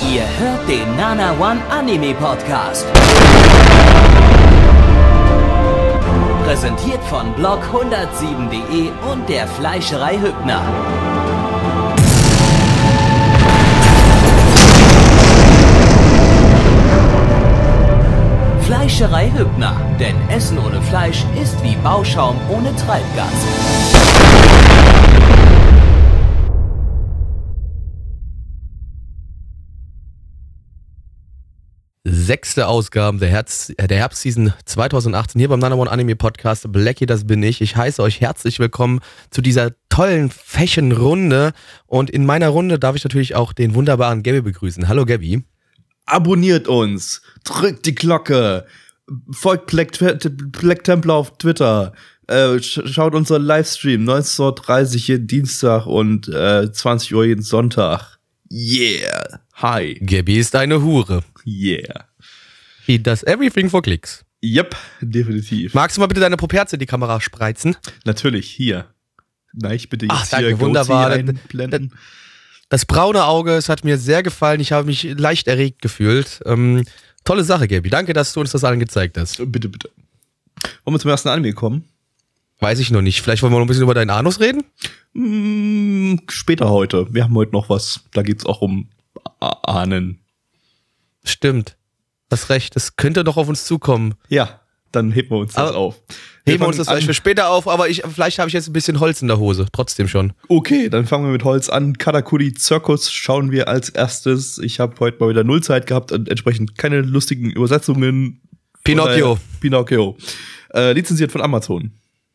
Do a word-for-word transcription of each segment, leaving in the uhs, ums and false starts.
Ihr hört den Nana One Anime Podcast. Präsentiert von blog hundertsieben punkt de und der Fleischerei Hübner. Fleischerei Hübner, denn Essen ohne Fleisch ist wie Bauschaum ohne Treibgas. Sechste Ausgabe der, Herz, der Herbstseason zweitausendachtzehn hier beim Nana One Anime Podcast. Blackie, das bin ich. Ich heiße euch herzlich willkommen zu dieser tollen Fashion-Runde. Und in meiner Runde darf ich natürlich auch den wunderbaren Gabby begrüßen. Hallo Gabby. Abonniert uns, drückt die Glocke, folgt Black, Black Templar auf Twitter, äh, schaut unseren Livestream neunzehn Uhr dreißig jeden Dienstag und äh, zwanzig Uhr jeden Sonntag. Yeah. Hi. Gabby ist eine Hure. Yeah. He does everything for clicks. Yep, definitiv. Magst du mal bitte deine Properze in die Kamera spreizen? Natürlich, hier. Nein, ich bitte jetzt Ach, danke, hier wunderbar. einblenden. Das braune Auge, es hat mir sehr gefallen. Ich habe mich leicht erregt gefühlt. Ähm, tolle Sache, Gabby. Danke, dass du uns das allen gezeigt hast. Bitte, bitte. Wollen wir zum ersten Anime kommen? Weiß ich noch nicht. Vielleicht wollen wir noch ein bisschen über deinen Anus reden? Mm, später heute. Wir haben heute noch was. Da geht's auch um Ahnen. Stimmt. Hast recht. Das könnte doch auf uns zukommen. Ja, dann heben wir uns das aber auf. Heben wir uns das vielleicht für später auf, aber ich, vielleicht habe ich jetzt ein bisschen Holz in der Hose. Trotzdem schon. Okay, dann fangen wir mit Holz an. Karakuri Circus schauen wir als erstes. Ich habe heute mal wieder Nullzeit gehabt und entsprechend keine lustigen Übersetzungen. Pinocchio. Pinocchio. Äh, lizenziert von Amazon.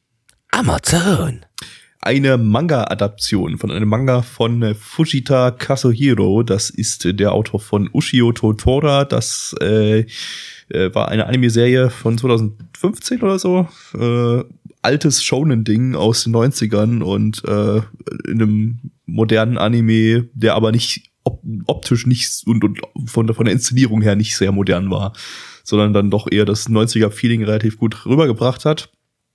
Amazon. Eine Manga-Adaption von einem Manga von äh, Fujita Kazuhiro. Das ist äh, der Autor von Ushio Totora. Das äh, äh, war eine Anime-Serie von zweitausendfünfzehn oder so. Äh, altes Shonen-Ding aus den neunzigern und äh, in einem modernen Anime, der aber nicht op- optisch nicht und, und von, von der Inszenierung her nicht sehr modern war, sondern dann doch eher das neunziger-Feeling relativ gut rübergebracht hat.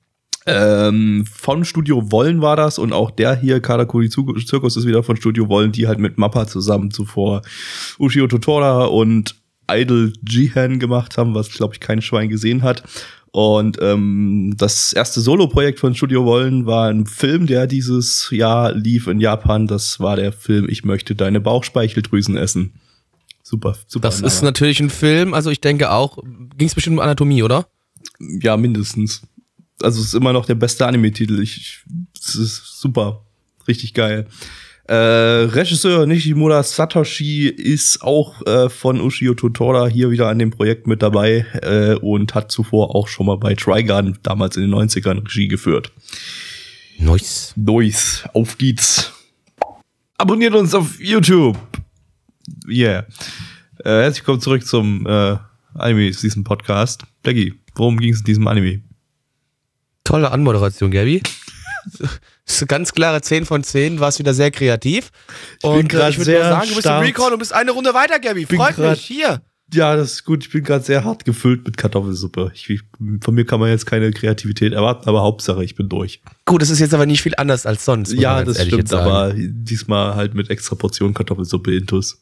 Ähm, von Studio Wollen war das und auch der hier, Karakuri Circus, ist wieder von Studio Wollen, die halt mit Mappa zusammen zuvor Ushio Totora und Idol Jihan gemacht haben, was, glaube ich, kein Schwein gesehen hat. Und ähm, das erste Solo-Projekt von Studio Wollen war ein Film, der dieses Jahr lief in Japan. Das war der Film Ich möchte deine Bauchspeicheldrüsen essen. Super, super. Das ist natürlich ein Film, also ich denke auch, ging es bestimmt um Anatomie, oder? Ja, mindestens. Also es ist immer noch der beste Anime-Titel. Ich, es ist super. Richtig geil. Äh, Regisseur Nishimura Satoshi ist auch äh, von Ushio Totora hier wieder an dem Projekt mit dabei äh, und hat zuvor auch schon mal bei Trigun damals in den neunzigern Regie geführt. Nice. Nice. Auf geht's. Abonniert uns auf YouTube. Yeah. Äh, herzlich willkommen zurück zum äh, Anime-Season Podcast. Blackie, worum ging es in diesem Anime? Tolle Anmoderation, Gabby. Das ist eine ganz klare zehn von zehn, du warst wieder sehr kreativ. Ich bin und äh, ich würde sehr sagen, du bist im stark. Recall und bist eine Runde weiter, Gabby. Freut grad, mich, hier. Ja, das ist gut. Ich bin gerade sehr hart gefüllt mit Kartoffelsuppe. Ich, von mir kann man jetzt keine Kreativität erwarten, aber Hauptsache, ich bin durch. Gut, das ist jetzt aber nicht viel anders als sonst. muss Ja, man ganz das ehrlich stimmt, jetzt sagen. aber diesmal halt mit extra Portion Kartoffelsuppe intus.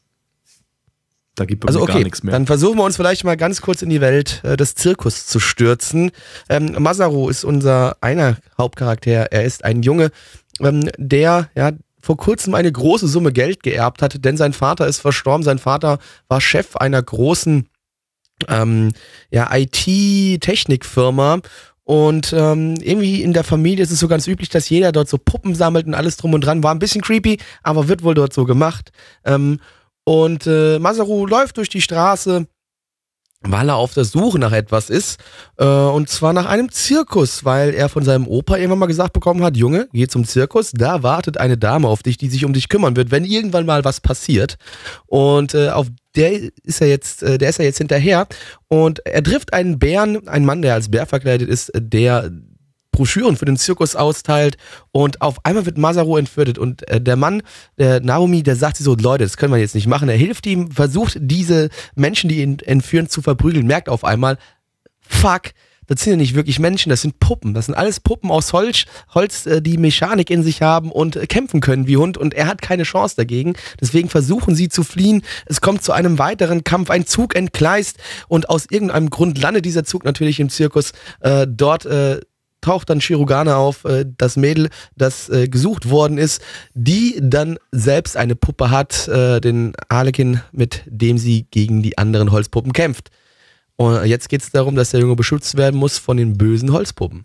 Da gibt es Also gar okay, nichts mehr. dann versuchen wir uns vielleicht mal ganz kurz in die Welt äh, des Zirkus zu stürzen. Ähm, Masaru ist unser einer Hauptcharakter. Er ist ein Junge, ähm, der ja vor kurzem eine große Summe Geld geerbt hat, denn sein Vater ist verstorben. Sein Vater war Chef einer großen ähm, ja, I T-Technikfirma. Und ähm, irgendwie in der Familie ist es so ganz üblich, dass jeder dort so Puppen sammelt und alles drum und dran. War ein bisschen creepy, aber wird wohl dort so gemacht. Ähm, Und äh, Masaru läuft durch die Straße, weil er auf der Suche nach etwas ist. Äh, und zwar nach einem Zirkus, weil er von seinem Opa irgendwann mal gesagt bekommen hat, Junge, geh zum Zirkus, da wartet eine Dame auf dich, die sich um dich kümmern wird, wenn irgendwann mal was passiert. Und äh, auf der ist er jetzt, äh, der ist er jetzt hinterher. Und er trifft einen Bären, einen Mann, der als Bär verkleidet ist, der Broschüren für den Zirkus austeilt und auf einmal wird Masaru entführt und äh, der Mann, der Naomi, der sagt sich so, Leute, das können wir jetzt nicht machen. Er hilft ihm, versucht diese Menschen, die ihn entführen, zu verprügeln, merkt auf einmal, fuck, das sind ja nicht wirklich Menschen, das sind Puppen. Das sind alles Puppen aus Holz, Holz, die Mechanik in sich haben und kämpfen können wie Hund. Und er hat keine Chance dagegen. Deswegen versuchen sie zu fliehen. Es kommt zu einem weiteren Kampf. Ein Zug entgleist und aus irgendeinem Grund landet dieser Zug natürlich im Zirkus. Äh, dort äh, taucht dann Shirogane auf, äh, das Mädel, das äh, gesucht worden ist, die dann selbst eine Puppe hat, äh, den Harlekin, mit dem sie gegen die anderen Holzpuppen kämpft. Und jetzt geht es darum, dass der Junge beschützt werden muss von den bösen Holzpuppen.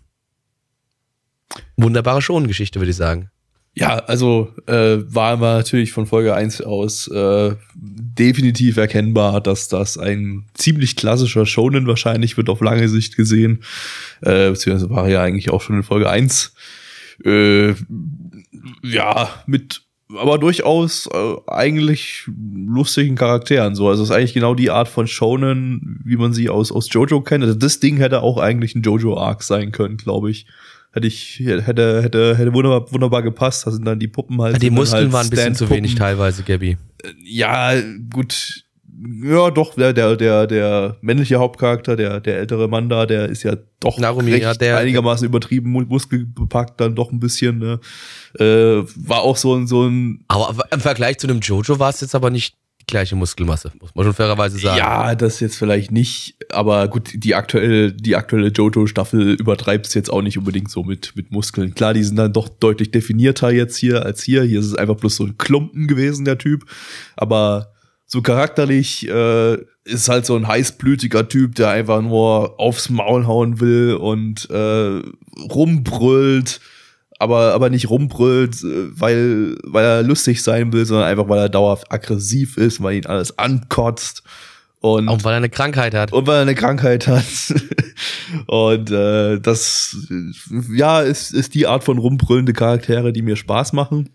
Wunderbare Schonengeschichte, würde ich sagen. Ja, also äh, war aber natürlich von Folge eins aus äh, definitiv erkennbar, dass das ein ziemlich klassischer Shonen wahrscheinlich wird auf lange Sicht gesehen. Äh, beziehungsweise war ja eigentlich auch schon in Folge eins. Äh, ja, mit aber durchaus äh, eigentlich lustigen Charakteren. So, also es ist eigentlich genau die Art von Shonen, wie man sie aus aus JoJo kennt. Also das Ding hätte auch eigentlich ein JoJo-Arc sein können, glaube ich. Hätte ich, hätte, hätte, hätte wunderbar, wunderbar gepasst. Da sind dann die Puppen halt. Ja, die Muskeln halt waren ein bisschen zu wenig teilweise, Gabby. Ja, gut. Ja, doch, der, der, der, der männliche Hauptcharakter, der, der ältere Mann da, der ist ja doch Narumi, recht ja, der, einigermaßen übertrieben, muskelbepackt, dann doch ein bisschen, ne. Äh, war auch so ein, so ein. Aber im Vergleich zu einem Jojo war es jetzt aber nicht die gleiche Muskelmasse, muss man schon fairerweise sagen. Ja, das jetzt vielleicht nicht, aber gut, die aktuelle, die aktuelle JoJo-Staffel übertreibt es jetzt auch nicht unbedingt so mit, mit Muskeln. Klar, die sind dann doch deutlich definierter jetzt hier als hier. Hier ist es einfach bloß so ein Klumpen gewesen, der Typ. Aber so charakterlich äh, ist halt so ein heißblütiger Typ, der einfach nur aufs Maul hauen will und äh, rumbrüllt. Aber, aber nicht rumbrüllt, weil, weil er lustig sein will, sondern einfach, weil er dauerhaft aggressiv ist, weil ihn alles ankotzt. Und, auch weil er eine Krankheit hat. Und weil er eine Krankheit hat. Und äh, das, ja, ist, ist die Art von rumbrüllende Charaktere, die mir Spaß machen.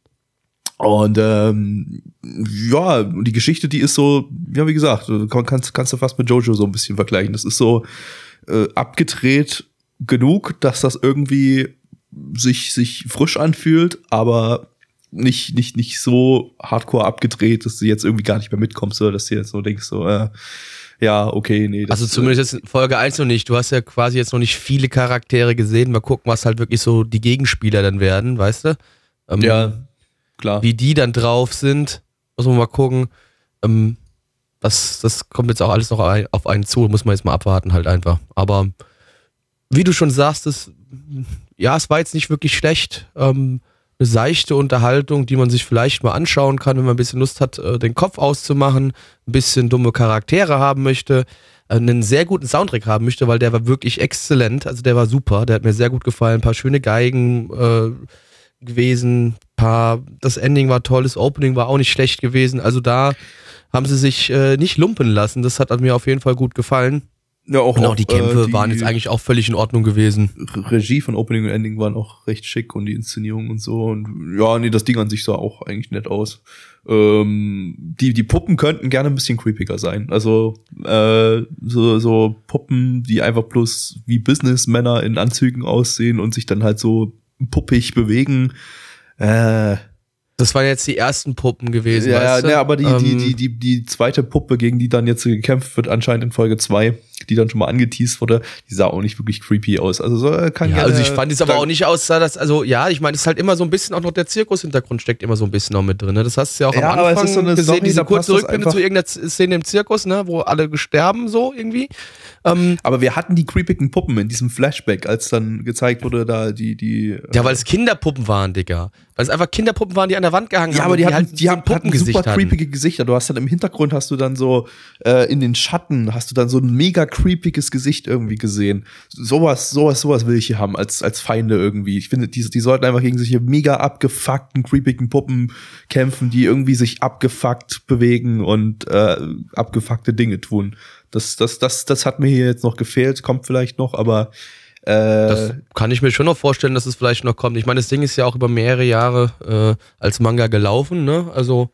Und ähm, ja, die Geschichte, die ist so, ja, wie gesagt, kannst, kannst du fast mit JoJo so ein bisschen vergleichen. Das ist so äh, abgedreht genug, dass das irgendwie sich sich frisch anfühlt, aber nicht nicht nicht so hardcore abgedreht, dass du jetzt irgendwie gar nicht mehr mitkommst, oder dass du jetzt so denkst, so äh, ja, okay, nee. Das, also zumindest jetzt in Folge eins noch nicht. Du hast ja quasi jetzt noch nicht viele Charaktere gesehen. Mal gucken, was halt wirklich so die Gegenspieler dann werden, weißt du? Ähm, ja, klar. Wie die dann drauf sind, muss man mal gucken. Ähm, das, das kommt jetzt auch alles noch ein, auf einen zu, muss man jetzt mal abwarten halt einfach. Aber wie du schon sagst, das ja, es war jetzt nicht wirklich schlecht. Ähm, eine seichte Unterhaltung, die man sich vielleicht mal anschauen kann, wenn man ein bisschen Lust hat, äh, den Kopf auszumachen, ein bisschen dumme Charaktere haben möchte, äh, einen sehr guten Soundtrack haben möchte, weil der war wirklich exzellent. Also der war super, der hat mir sehr gut gefallen. Ein paar schöne Geigen äh, gewesen, paar, das Ending war toll, das Opening war auch nicht schlecht gewesen. Also da haben sie sich äh, nicht lumpen lassen. Das hat mir auf jeden Fall gut gefallen. Ja, auch, und auch auch die Kämpfe äh, die waren jetzt eigentlich auch völlig in Ordnung gewesen. Regie von Opening und Ending waren auch recht schick und die Inszenierung und so. Und ja, nee, das Ding an sich sah auch eigentlich nett aus. Ähm, die, die Puppen könnten gerne ein bisschen creepiger sein. Also äh, so, so Puppen, die einfach bloß wie Businessmänner in Anzügen aussehen und sich dann halt so puppig bewegen. Äh, Das waren jetzt die ersten Puppen gewesen, ja, weißt du? Ja, aber die, ähm, die, die, die, die zweite Puppe, gegen die dann jetzt gekämpft wird, anscheinend in Folge zwei, die dann schon mal angeteased wurde, die sah auch nicht wirklich creepy aus. Also so kann ja, gerne, also ich fand es aber auch nicht aus, dass, also ja, ich meine, es ist halt immer so ein bisschen auch noch der Zirkus-Hintergrund steckt immer so ein bisschen noch mit drin, ne? Das hast du ja auch ja, am Anfang aber es ist so eine gesehen, Story, diese da kurze passt das Rückblende zu irgendeiner Szene im Zirkus, ne, wo alle sterben so irgendwie. Ähm, aber wir hatten die creepigen Puppen in diesem Flashback, als dann gezeigt wurde, da die, die. Ja, weil es Kinderpuppen waren, Digga. Weil es einfach Kinderpuppen waren, die an der Wand gehangen ja, haben. aber die, die hatten, halt die so haben, hatten super hatten. creepige Gesichter. Du hast dann im Hintergrund hast du dann so äh, in den Schatten hast du dann so ein mega creepiges Gesicht irgendwie gesehen. Sowas, sowas, sowas will ich hier haben als als Feinde irgendwie. Ich finde, die, die sollten einfach gegen solche mega abgefuckten creepigen Puppen kämpfen, die irgendwie sich abgefuckt bewegen und äh, abgefuckte Dinge tun. Das, das, das, das hat mir hier jetzt noch gefehlt. Kommt vielleicht noch, aber Äh, das kann ich mir schon noch vorstellen, dass es vielleicht noch kommt. Ich meine, das Ding ist ja auch über mehrere Jahre äh, als Manga gelaufen, ne? Also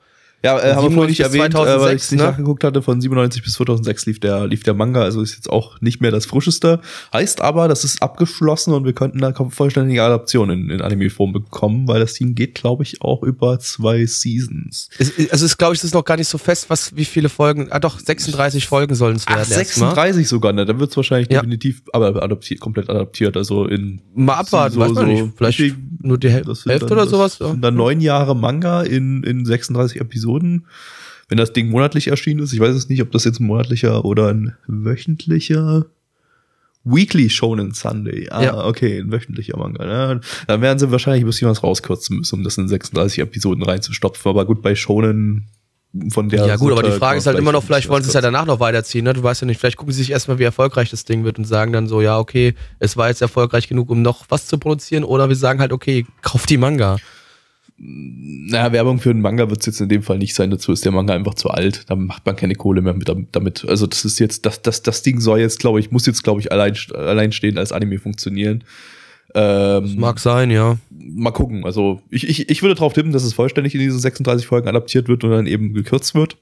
Ja, äh, haben wir vorhin nicht erwähnt, zweitausendsechs, äh, weil ich es nicht ne? nachgeguckt hatte, von siebenundneunzig bis zweitausendsechs lief der, lief der Manga, also ist jetzt auch nicht mehr das frischeste. Heißt aber, das ist abgeschlossen und wir könnten da vollständige Adaptionen in, in Anime-Form bekommen, weil das Ding geht, glaube ich, auch über zwei Seasons. Es, also es glaube ich, es ist noch gar nicht so fest, was, wie viele Folgen, ah doch, sechsunddreißig Folgen sollen es werden. Ach, sechsunddreißig sogar, ne? Dann wird es wahrscheinlich ja. definitiv aber adaptiert, komplett adaptiert, also in... Mal abwarten, so, weiß man so, nicht. Vielleicht wie, nur die Häl- das Hälfte dann, oder sowas. Das sind dann neun Jahre Manga in, in sechsunddreißig Episoden. Wenn das Ding monatlich erschienen ist, ich weiß es nicht, ob das jetzt ein monatlicher oder ein wöchentlicher Weekly Shonen Sunday. Ah, ja. Okay, ein wöchentlicher Manga. Ne? Dann werden sie wahrscheinlich ein bisschen was rauskürzen müssen, um das in sechsunddreißig Episoden reinzustopfen. Aber gut, bei Shonen von der Ja gut, aber die Sorte Frage ist halt immer noch, vielleicht wollen sie es ja kürzen. danach noch weiterziehen, ne? Du weißt ja nicht, vielleicht gucken sie sich erstmal, wie erfolgreich das Ding wird und sagen dann so, ja okay, es war jetzt erfolgreich genug, um noch was zu produzieren, oder wir sagen halt, okay, kauf die Manga. Naja, Werbung für einen Manga wird es jetzt in dem Fall nicht sein, dazu ist der Manga einfach zu alt, da macht man keine Kohle mehr mit damit. Also das ist jetzt, das, das, das Ding soll jetzt, glaube ich, muss jetzt, glaube ich, allein, allein stehen als Anime funktionieren. Ähm, Das mag sein, ja. Mal gucken. Also ich, ich, ich würde darauf tippen, dass es vollständig in diesen sechsunddreißig Folgen adaptiert wird und dann eben gekürzt wird.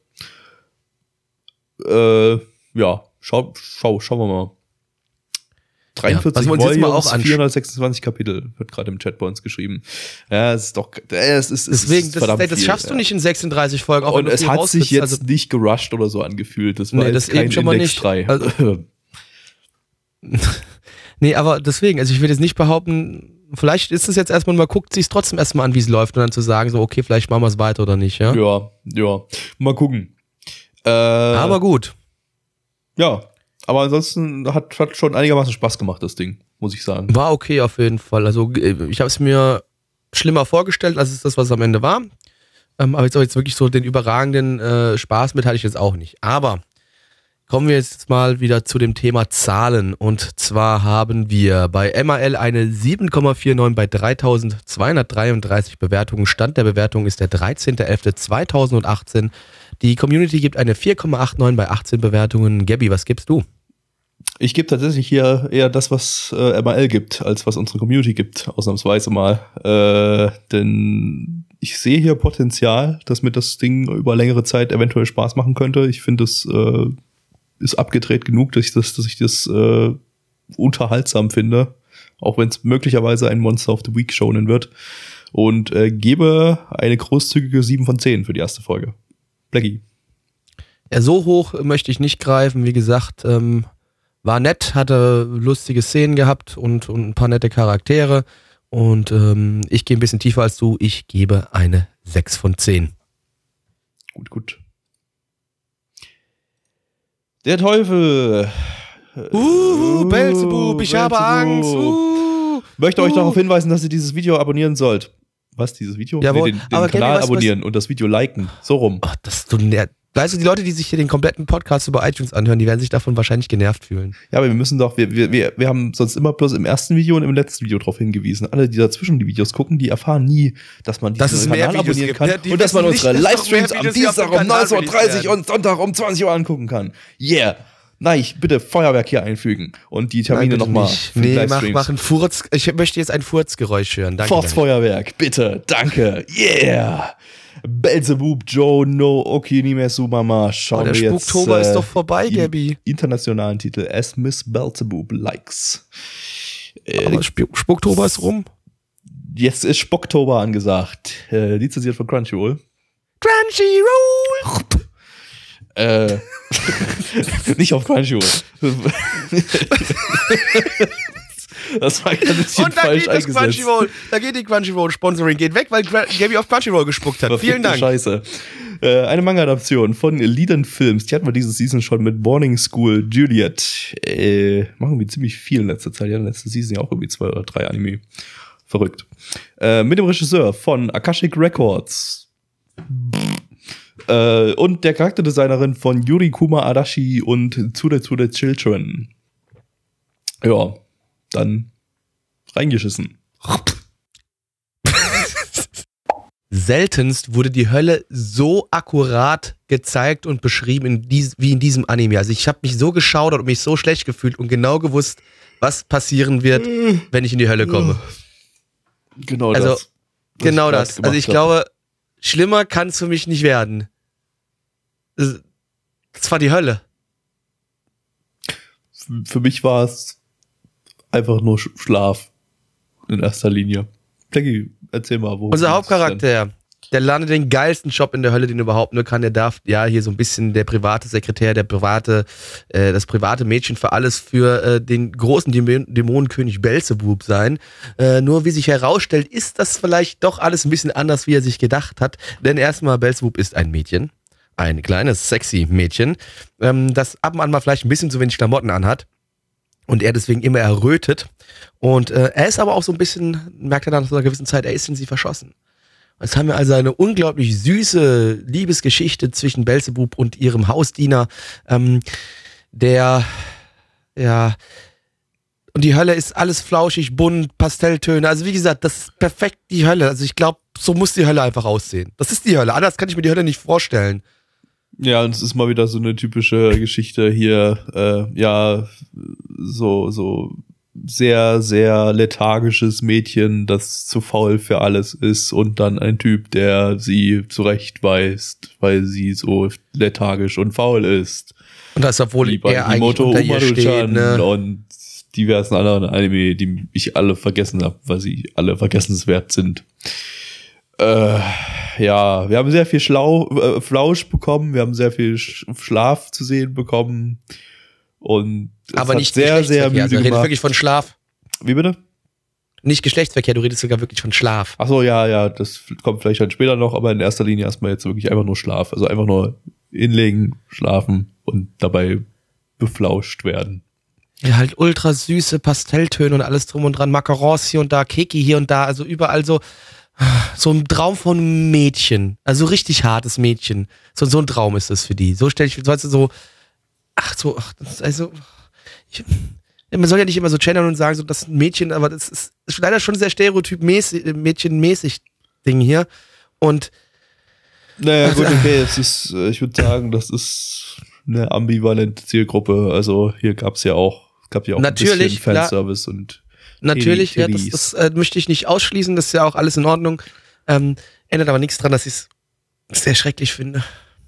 Äh, ja, schau, schau, schauen wir mal. dreiundvierzig ja, was wir uns jetzt mal Volumes, auch anschauen. vierhundertsechsundzwanzig Kapitel, wird gerade im Chat bei uns geschrieben. Ja, es ist doch, äh, es ist, es Deswegen, ist das, verdammt das viel, schaffst du ja. nicht in sechsunddreißig Folgen. Auch wenn Und du es viel hat sich rauskriegst, jetzt also, nicht gerusht oder so angefühlt. Das war Nee, jetzt das kein eben schon mal Index nicht. drei. Also- Nee, aber deswegen, also ich will jetzt nicht behaupten, vielleicht ist es jetzt erstmal, man guckt sich trotzdem erstmal an, wie es läuft und dann zu sagen, so, okay, vielleicht machen wir es weiter oder nicht, ja? ja, ja. Mal gucken. Äh, Aber gut. Ja, aber ansonsten hat, hat schon einigermaßen Spaß gemacht, das Ding, muss ich sagen. War okay auf jeden Fall. Also ich habe es mir schlimmer vorgestellt, als es das, was es am Ende war. Ähm, aber jetzt, auch jetzt wirklich so den überragenden äh, Spaß mit hatte ich jetzt auch nicht. Aber kommen wir jetzt mal wieder zu dem Thema Zahlen. Und zwar haben wir bei M A L eine sieben Komma neunundvierzig bei dreitausendzweihundertdreiunddreißig Bewertungen. Stand der Bewertung ist der dreizehnter elfter zweitausendachtzehn. Die Community gibt eine vier Komma neunundachtzig bei achtzehn Bewertungen. Gabby, was gibst du? Ich gebe tatsächlich hier eher das, was äh, M A L gibt, als was unsere Community gibt, ausnahmsweise mal. Äh, denn ich sehe hier Potenzial, dass mir das Ding über längere Zeit eventuell Spaß machen könnte. Ich finde, es äh, ist abgedreht genug, dass ich das, dass ich das äh, unterhaltsam finde, auch wenn es möglicherweise ein Monster of the Week Shonen wird. Und äh, gebe eine großzügige sieben von zehn für die erste Folge. Blackie. Ja, so hoch möchte ich nicht greifen. Wie gesagt, ähm, war nett, hatte lustige Szenen gehabt und, und ein paar nette Charaktere. Und ähm, ich gehe ein bisschen tiefer als du. Ich gebe eine sechs von zehn. Gut, gut. Der Teufel. Uh, Belzebub, ich habe Angst. Uh, Möchte uh. euch darauf hinweisen, dass ihr dieses Video abonnieren sollt. Was, dieses Video? Jawohl. Nee, den den Aber Kanal Gabby, weißt du, abonnieren und das Video liken. So rum. Ach, das ist so ner- Weißt du, die Leute, die sich hier den kompletten Podcast über iTunes anhören, die werden sich davon wahrscheinlich genervt fühlen. Ja, aber wir müssen doch, wir, wir, wir, wir haben sonst immer bloß im ersten Video und im letzten Video darauf hingewiesen. Alle, die dazwischen die Videos gucken, die erfahren nie, dass man Dass diesen es mehr Kanal Videos abonnieren gibt. kann Ja, die und dass man wissen unsere nicht, dass noch mehr Livestreams am Videos hier auf Dienstag dem um Kanal neunzehn Uhr dreißig released werden. und Sonntag um zwanzig Uhr angucken kann. Yeah! Nein, ich bitte Feuerwerk hier einfügen und die Termine nochmal für die Nee, mach, Livestreams. mach ein Furz. Ich möchte jetzt ein Furzgeräusch hören. Danke. Forstfeuerwerk, bitte, danke, yeah! Belzebub, Joe, no, Okinime, Mama, Oh, schauen der wir jetzt Spuktober äh, ist doch vorbei, die Gabby. internationalen Titel as Miss Belzebub likes. Äh, Aber Sp- Spuktober ist rum. Jetzt ist Spocktober angesagt. Äh, lizenziert von Crunchyroll. Crunchyroll! Äh, nicht auf Crunchyroll. Das war ein bisschen Und da falsch geht das eingesetzt. Crunchyroll. Da geht die Crunchyroll-Sponsoring geht weg, weil Gra- Gabby auf Crunchyroll gespuckt hat. Verfickte Vielen Dank. Scheiße. Äh, eine Manga-Adaption von Lead'n Films. Die hatten wir diese Season schon mit Boarding School Juliet. Äh, machen wir ziemlich viel in letzter Zeit. Ja, in letzter Season ja auch irgendwie zwei oder drei Anime. Verrückt. Äh, mit dem Regisseur von Akashic Records. Äh, und der Charakterdesignerin von Yuri Kuma Arashi und Tsude Tsude Children. Ja, dann reingeschissen. Seltenst wurde die Hölle so akkurat gezeigt und beschrieben in dies, wie in diesem Anime. Also ich habe mich so geschaudert und mich so schlecht gefühlt und genau gewusst, was passieren wird, wenn ich in die Hölle komme. Genau Also, das. was Genau ich grad das. gemacht Also ich hab. glaube, schlimmer kann es für mich nicht werden. Das war die Hölle. Für mich war es einfach nur Schlaf in erster Linie. Pleggy, erzähl mal, wo. Unser Hauptcharakter, der landet den geilsten Job in der Hölle, den er überhaupt nur kann. Der darf ja hier so ein bisschen der private Sekretär, der private, äh, das private Mädchen für alles für äh, den großen Dämon- Dämonenkönig Belzebub sein. Äh, nur wie sich herausstellt, ist das vielleicht doch alles ein bisschen anders, wie er sich gedacht hat. Denn erstmal, Belzebub ist ein Mädchen. Ein kleines, sexy Mädchen, ähm, das ab und an mal vielleicht ein bisschen zu wenig Klamotten anhat und er deswegen immer errötet. Und äh, er ist aber auch so ein bisschen, merkt er dann nach einer gewissen Zeit, er ist in sie verschossen. Jetzt haben wir also eine unglaublich süße Liebesgeschichte zwischen Belzebub und ihrem Hausdiener, ähm, der, ja, und die Hölle ist alles flauschig, bunt, Pastelltöne. Also wie gesagt, das ist perfekt die Hölle. Also ich glaube, so muss die Hölle einfach aussehen. Das ist die Hölle. Anders kann ich mir die Hölle nicht vorstellen. Ja, und es ist mal wieder so eine typische Geschichte hier, äh, ja, so, so sehr, sehr lethargisches Mädchen, das zu faul für alles ist und dann ein Typ, der sie zurechtweist, weil sie so lethargisch und faul ist. Und das, obwohl Wie er eigentlich unter ihr steht, ne? Und diversen anderen Anime, die ich alle vergessen habe, weil sie alle vergessenswert sind. Äh, ja, wir haben sehr viel Schlau äh, Flausch bekommen, wir haben sehr viel Sch- Schlaf zu sehen bekommen und es aber hat nicht sehr, sehr müde also, du redest gemacht. wirklich von Schlaf. Wie bitte? Nicht Geschlechtsverkehr, du redest sogar wirklich von Schlaf. Ach so, ja, ja, das kommt vielleicht dann später noch, aber in erster Linie erstmal jetzt wirklich einfach nur Schlaf, also einfach nur hinlegen, schlafen und dabei beflauscht werden. Ja, halt ultra süße Pastelltöne und alles drum und dran, Macarons hier und da, Keki hier und da, also überall so so ein Traum von einem Mädchen, also richtig hartes Mädchen. So, so ein Traum ist das für die. So stelle ich, so, weißt du, so, ach so, ach, das ist also, ich, man soll ja nicht immer so gendern und sagen, so, das ist ein Mädchen, aber das ist, ist leider schon sehr stereotypmäßig, mädchenmäßig Ding hier. Und Naja, gut, okay, es ist, ich würde sagen, das ist eine ambivalente Zielgruppe. Also hier gab es ja auch, gab ja auch natürlich, ein bisschen Fanservice klar. Und natürlich, ja, das, das äh, möchte ich nicht ausschließen, das ist ja auch alles in Ordnung. Ähm, ändert aber nichts dran, dass ich es sehr schrecklich finde.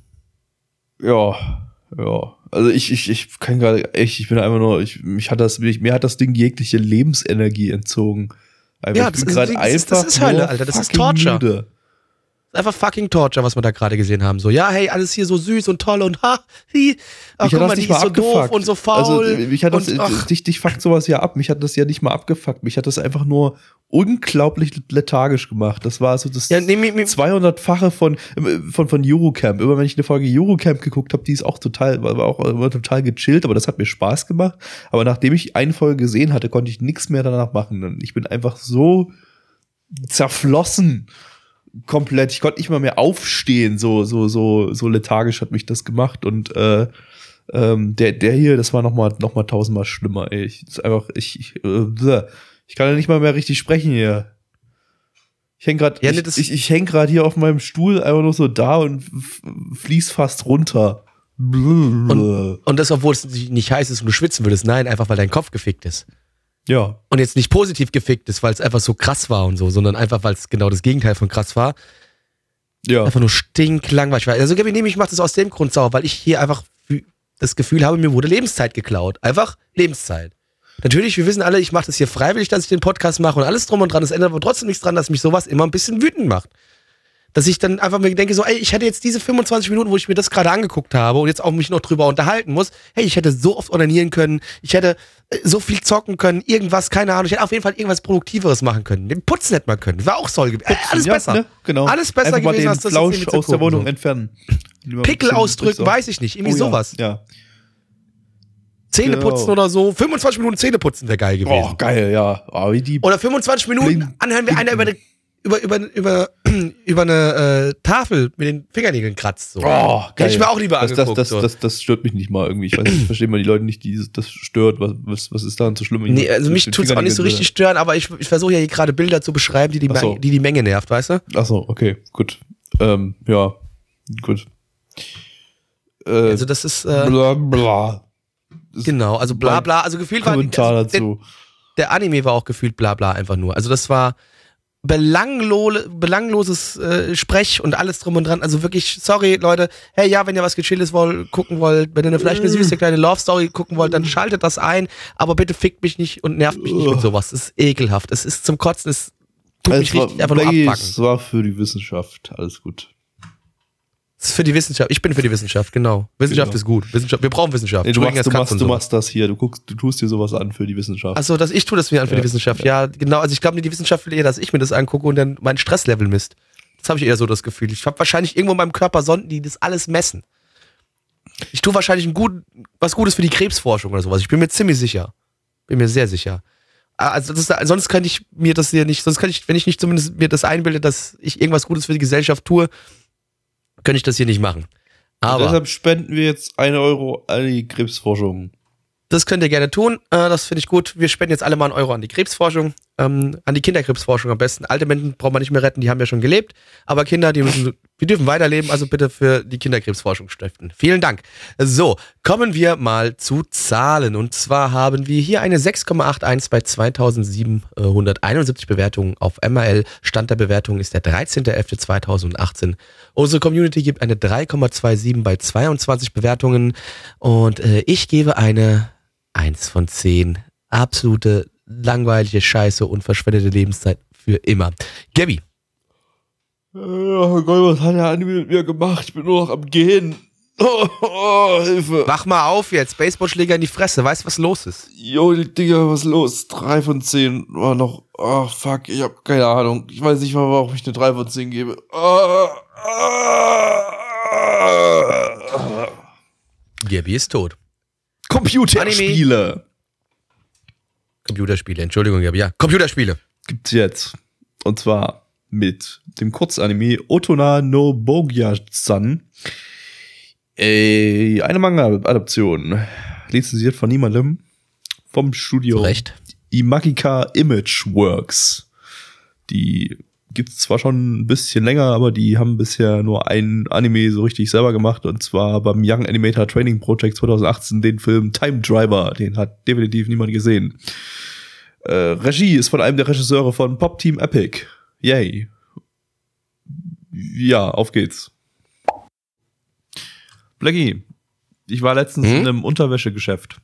Ja, ja. Also ich, ich, ich kann gerade echt, ich bin einfach nur, ich, mich hat das, mich, mir hat das Ding jegliche Lebensenergie entzogen. Einfach, ja, ich das bin ist, gerade das, einfach ist, das ist Hölle, Alter, das ist Torture. Müde. Einfach fucking Torture, was wir da gerade gesehen haben. So, ja, hey, alles hier so süß und toll und ha, hi, ach, guck mal, die ist so doof und so faul. Also, mich hat das, und, dich, dich fuckt sowas ja ab. Mich hat das ja nicht mal abgefuckt. Mich hat das einfach nur unglaublich lethargisch gemacht. Das war so das ja, nee, nee, zweihundertfache von, von, von Eurocamp. Immer wenn ich eine Folge Eurocamp geguckt habe, die ist auch total, war auch immer total gechillt, aber das hat mir Spaß gemacht. Aber nachdem ich eine Folge gesehen hatte, konnte ich nichts mehr danach machen. Ich bin einfach so zerflossen. Komplett, ich konnte nicht mal mehr aufstehen, so so so so lethargisch hat mich das gemacht und äh, ähm, der der hier, das war noch mal noch mal tausendmal schlimmer. Ey. Ich ist einfach ich ich, äh, ich kann ja nicht mal mehr richtig sprechen hier. Ich häng gerade ja, ich, nee, ich, ich häng gerade hier auf meinem Stuhl einfach nur so da und f- fließ fast runter. Und, und das, obwohl es nicht heiß ist und du schwitzen würdest, nein, einfach weil dein Kopf gefickt ist. Ja. Und jetzt nicht positiv gefickt ist, weil es einfach so krass war und so, sondern einfach, weil es genau das Gegenteil von krass war. Ja. Einfach nur stinklangweilig war. Also Gabi, ich mache das aus dem Grund sauer, weil ich hier einfach das Gefühl habe, mir wurde Lebenszeit geklaut. Einfach Lebenszeit. Natürlich, wir wissen alle, ich mache das hier freiwillig, dass ich den Podcast mache und alles drum und dran. Es ändert aber trotzdem nichts dran, dass mich sowas immer ein bisschen wütend macht. Dass ich dann einfach mir denke, so, ey, ich hätte jetzt diese fünfundzwanzig Minuten, wo ich mir das gerade angeguckt habe und jetzt auch mich noch drüber unterhalten muss, hey, ich hätte so oft onanieren können, ich hätte so viel zocken können, irgendwas, keine Ahnung, ich hätte auf jeden Fall irgendwas Produktiveres machen können, den Putzen hätte man können, war auch soll gewesen, äh, alles ja, besser, ne? Genau. Alles besser Einfach gewesen, mal als den das Flausch jetzt aus der Wohnung so. entfernen. Pickel ausdrücken, weiß ich nicht, irgendwie oh, sowas. Ja. ja. Zähneputzen genau. oder so, fünfundzwanzig Minuten Zähneputzen wäre geil gewesen. Oh, geil, ja. Oh, wie die oder fünfundzwanzig Minuten Bling. anhören wir einer über eine über, über, über, über eine äh, Tafel mit den Fingernägeln kratzt. So. Oh, geil. Hätte ich mir auch lieber das, angeguckt. Das, das, so. das, das stört mich nicht mal irgendwie. Ich weiß, ich verstehe mal die Leute nicht, die das stört. Was, was, was ist daran so schlimm? Nee, also mich tut's auch nicht so richtig stören, aber ich, ich versuche ja hier gerade Bilder zu beschreiben, die die, so. Menge, die die Menge nervt, weißt du? Ach so, okay, gut. Ähm, ja, gut. Äh, also das ist äh, bla bla. Das genau, also bla bla, also gefühlt war Kommentar also, dazu. Der, der Anime war auch gefühlt bla bla einfach nur. Also das war belanglose, belangloses äh, Sprech und alles drum und dran. Also wirklich, sorry Leute, hey ja, wenn ihr was Gechilltes wollt, gucken wollt, wenn ihr eine, vielleicht eine süße kleine Love-Story gucken wollt, dann schaltet das ein, aber bitte fickt mich nicht und nervt mich nicht mit sowas. Das ist ekelhaft. Es ist zum Kotzen, es tut es mich richtig war, einfach nur abpacken. Es war für die Wissenschaft, alles gut. Das ist für die Wissenschaft. Ich bin für die Wissenschaft, genau. Wissenschaft genau. ist gut. Wissenschaft, wir brauchen Wissenschaft. Nee, du, machst, du, machst, du machst das hier, du guckst, du tust dir sowas an für die Wissenschaft. Achso, dass ich tue das mir an für ja, die Wissenschaft. Ja, ja genau. Also ich glaube, die Wissenschaft will eher, dass ich mir das angucke und dann mein Stresslevel misst. Das habe ich eher so das Gefühl. Ich habe wahrscheinlich irgendwo in meinem Körper Sonden, die das alles messen. Ich tue wahrscheinlich ein gut, was Gutes für die Krebsforschung oder sowas. Ich bin mir ziemlich sicher. Bin mir sehr sicher. Also das, sonst könnte ich mir das hier nicht, sonst könnte ich, wenn ich nicht zumindest mir das einbilde, dass ich irgendwas Gutes für die Gesellschaft tue, könnte ich das hier nicht machen. Aber deshalb spenden wir jetzt einen Euro an die Krebsforschung. Das könnt ihr gerne tun, äh, das finde ich gut. Wir spenden jetzt alle mal einen Euro an die Krebsforschung, ähm, an die Kinderkrebsforschung am besten. Alte Menschen brauchen wir nicht mehr retten, die haben ja schon gelebt. Aber Kinder, die müssen, die dürfen weiterleben, also bitte für die Kinderkrebsforschung stiften. Vielen Dank. So, kommen wir mal zu Zahlen. Und zwar haben wir hier eine sechs Komma einundachtzig bei zweitausendsiebenhunderteinundsiebzig Bewertungen auf M R L. Stand der Bewertung ist der dreizehnter elfter zweitausendachtzehn. Unsere Community gibt eine drei Komma siebenundzwanzig bei zweiundzwanzig Bewertungen. Und äh, ich gebe eine eins von zehn. Absolute langweilige Scheiße und verschwendete Lebenszeit für immer. Gabby. Oh Gott, was hat der Anime mit mir gemacht? Ich bin nur noch am Gehen. Oh, oh, Hilfe. Mach mal auf jetzt. Baseballschläger in die Fresse. Weißt du, was los ist? Jo, Digga, was los? drei von zehn war noch. Oh, fuck. Ich hab keine Ahnung. Ich weiß nicht mal, warum ich eine drei von zehn gebe. Oh, oh, oh. Gabby ist tot. Computerspiele. Computerspiele, Entschuldigung, Gabby. Ja, Computerspiele. Gibt's jetzt. Und zwar mit dem Kurzanime Otona no Bogya-san. Äh, eine Manga-Adaption. Lizenziert von niemandem. Vom Studio Recht. Imagika Imageworks. Die gibt's zwar schon ein bisschen länger, aber die haben bisher nur ein Anime so richtig selber gemacht, und zwar beim Young Animator Training Project zweitausendachtzehn, den Film Time Driver. Den hat definitiv niemand gesehen. Äh, Regie ist von einem der Regisseure von Pop Team Epic. Yay. Ja, auf geht's. Blackie, ich war letztens hm? in einem Unterwäschegeschäft.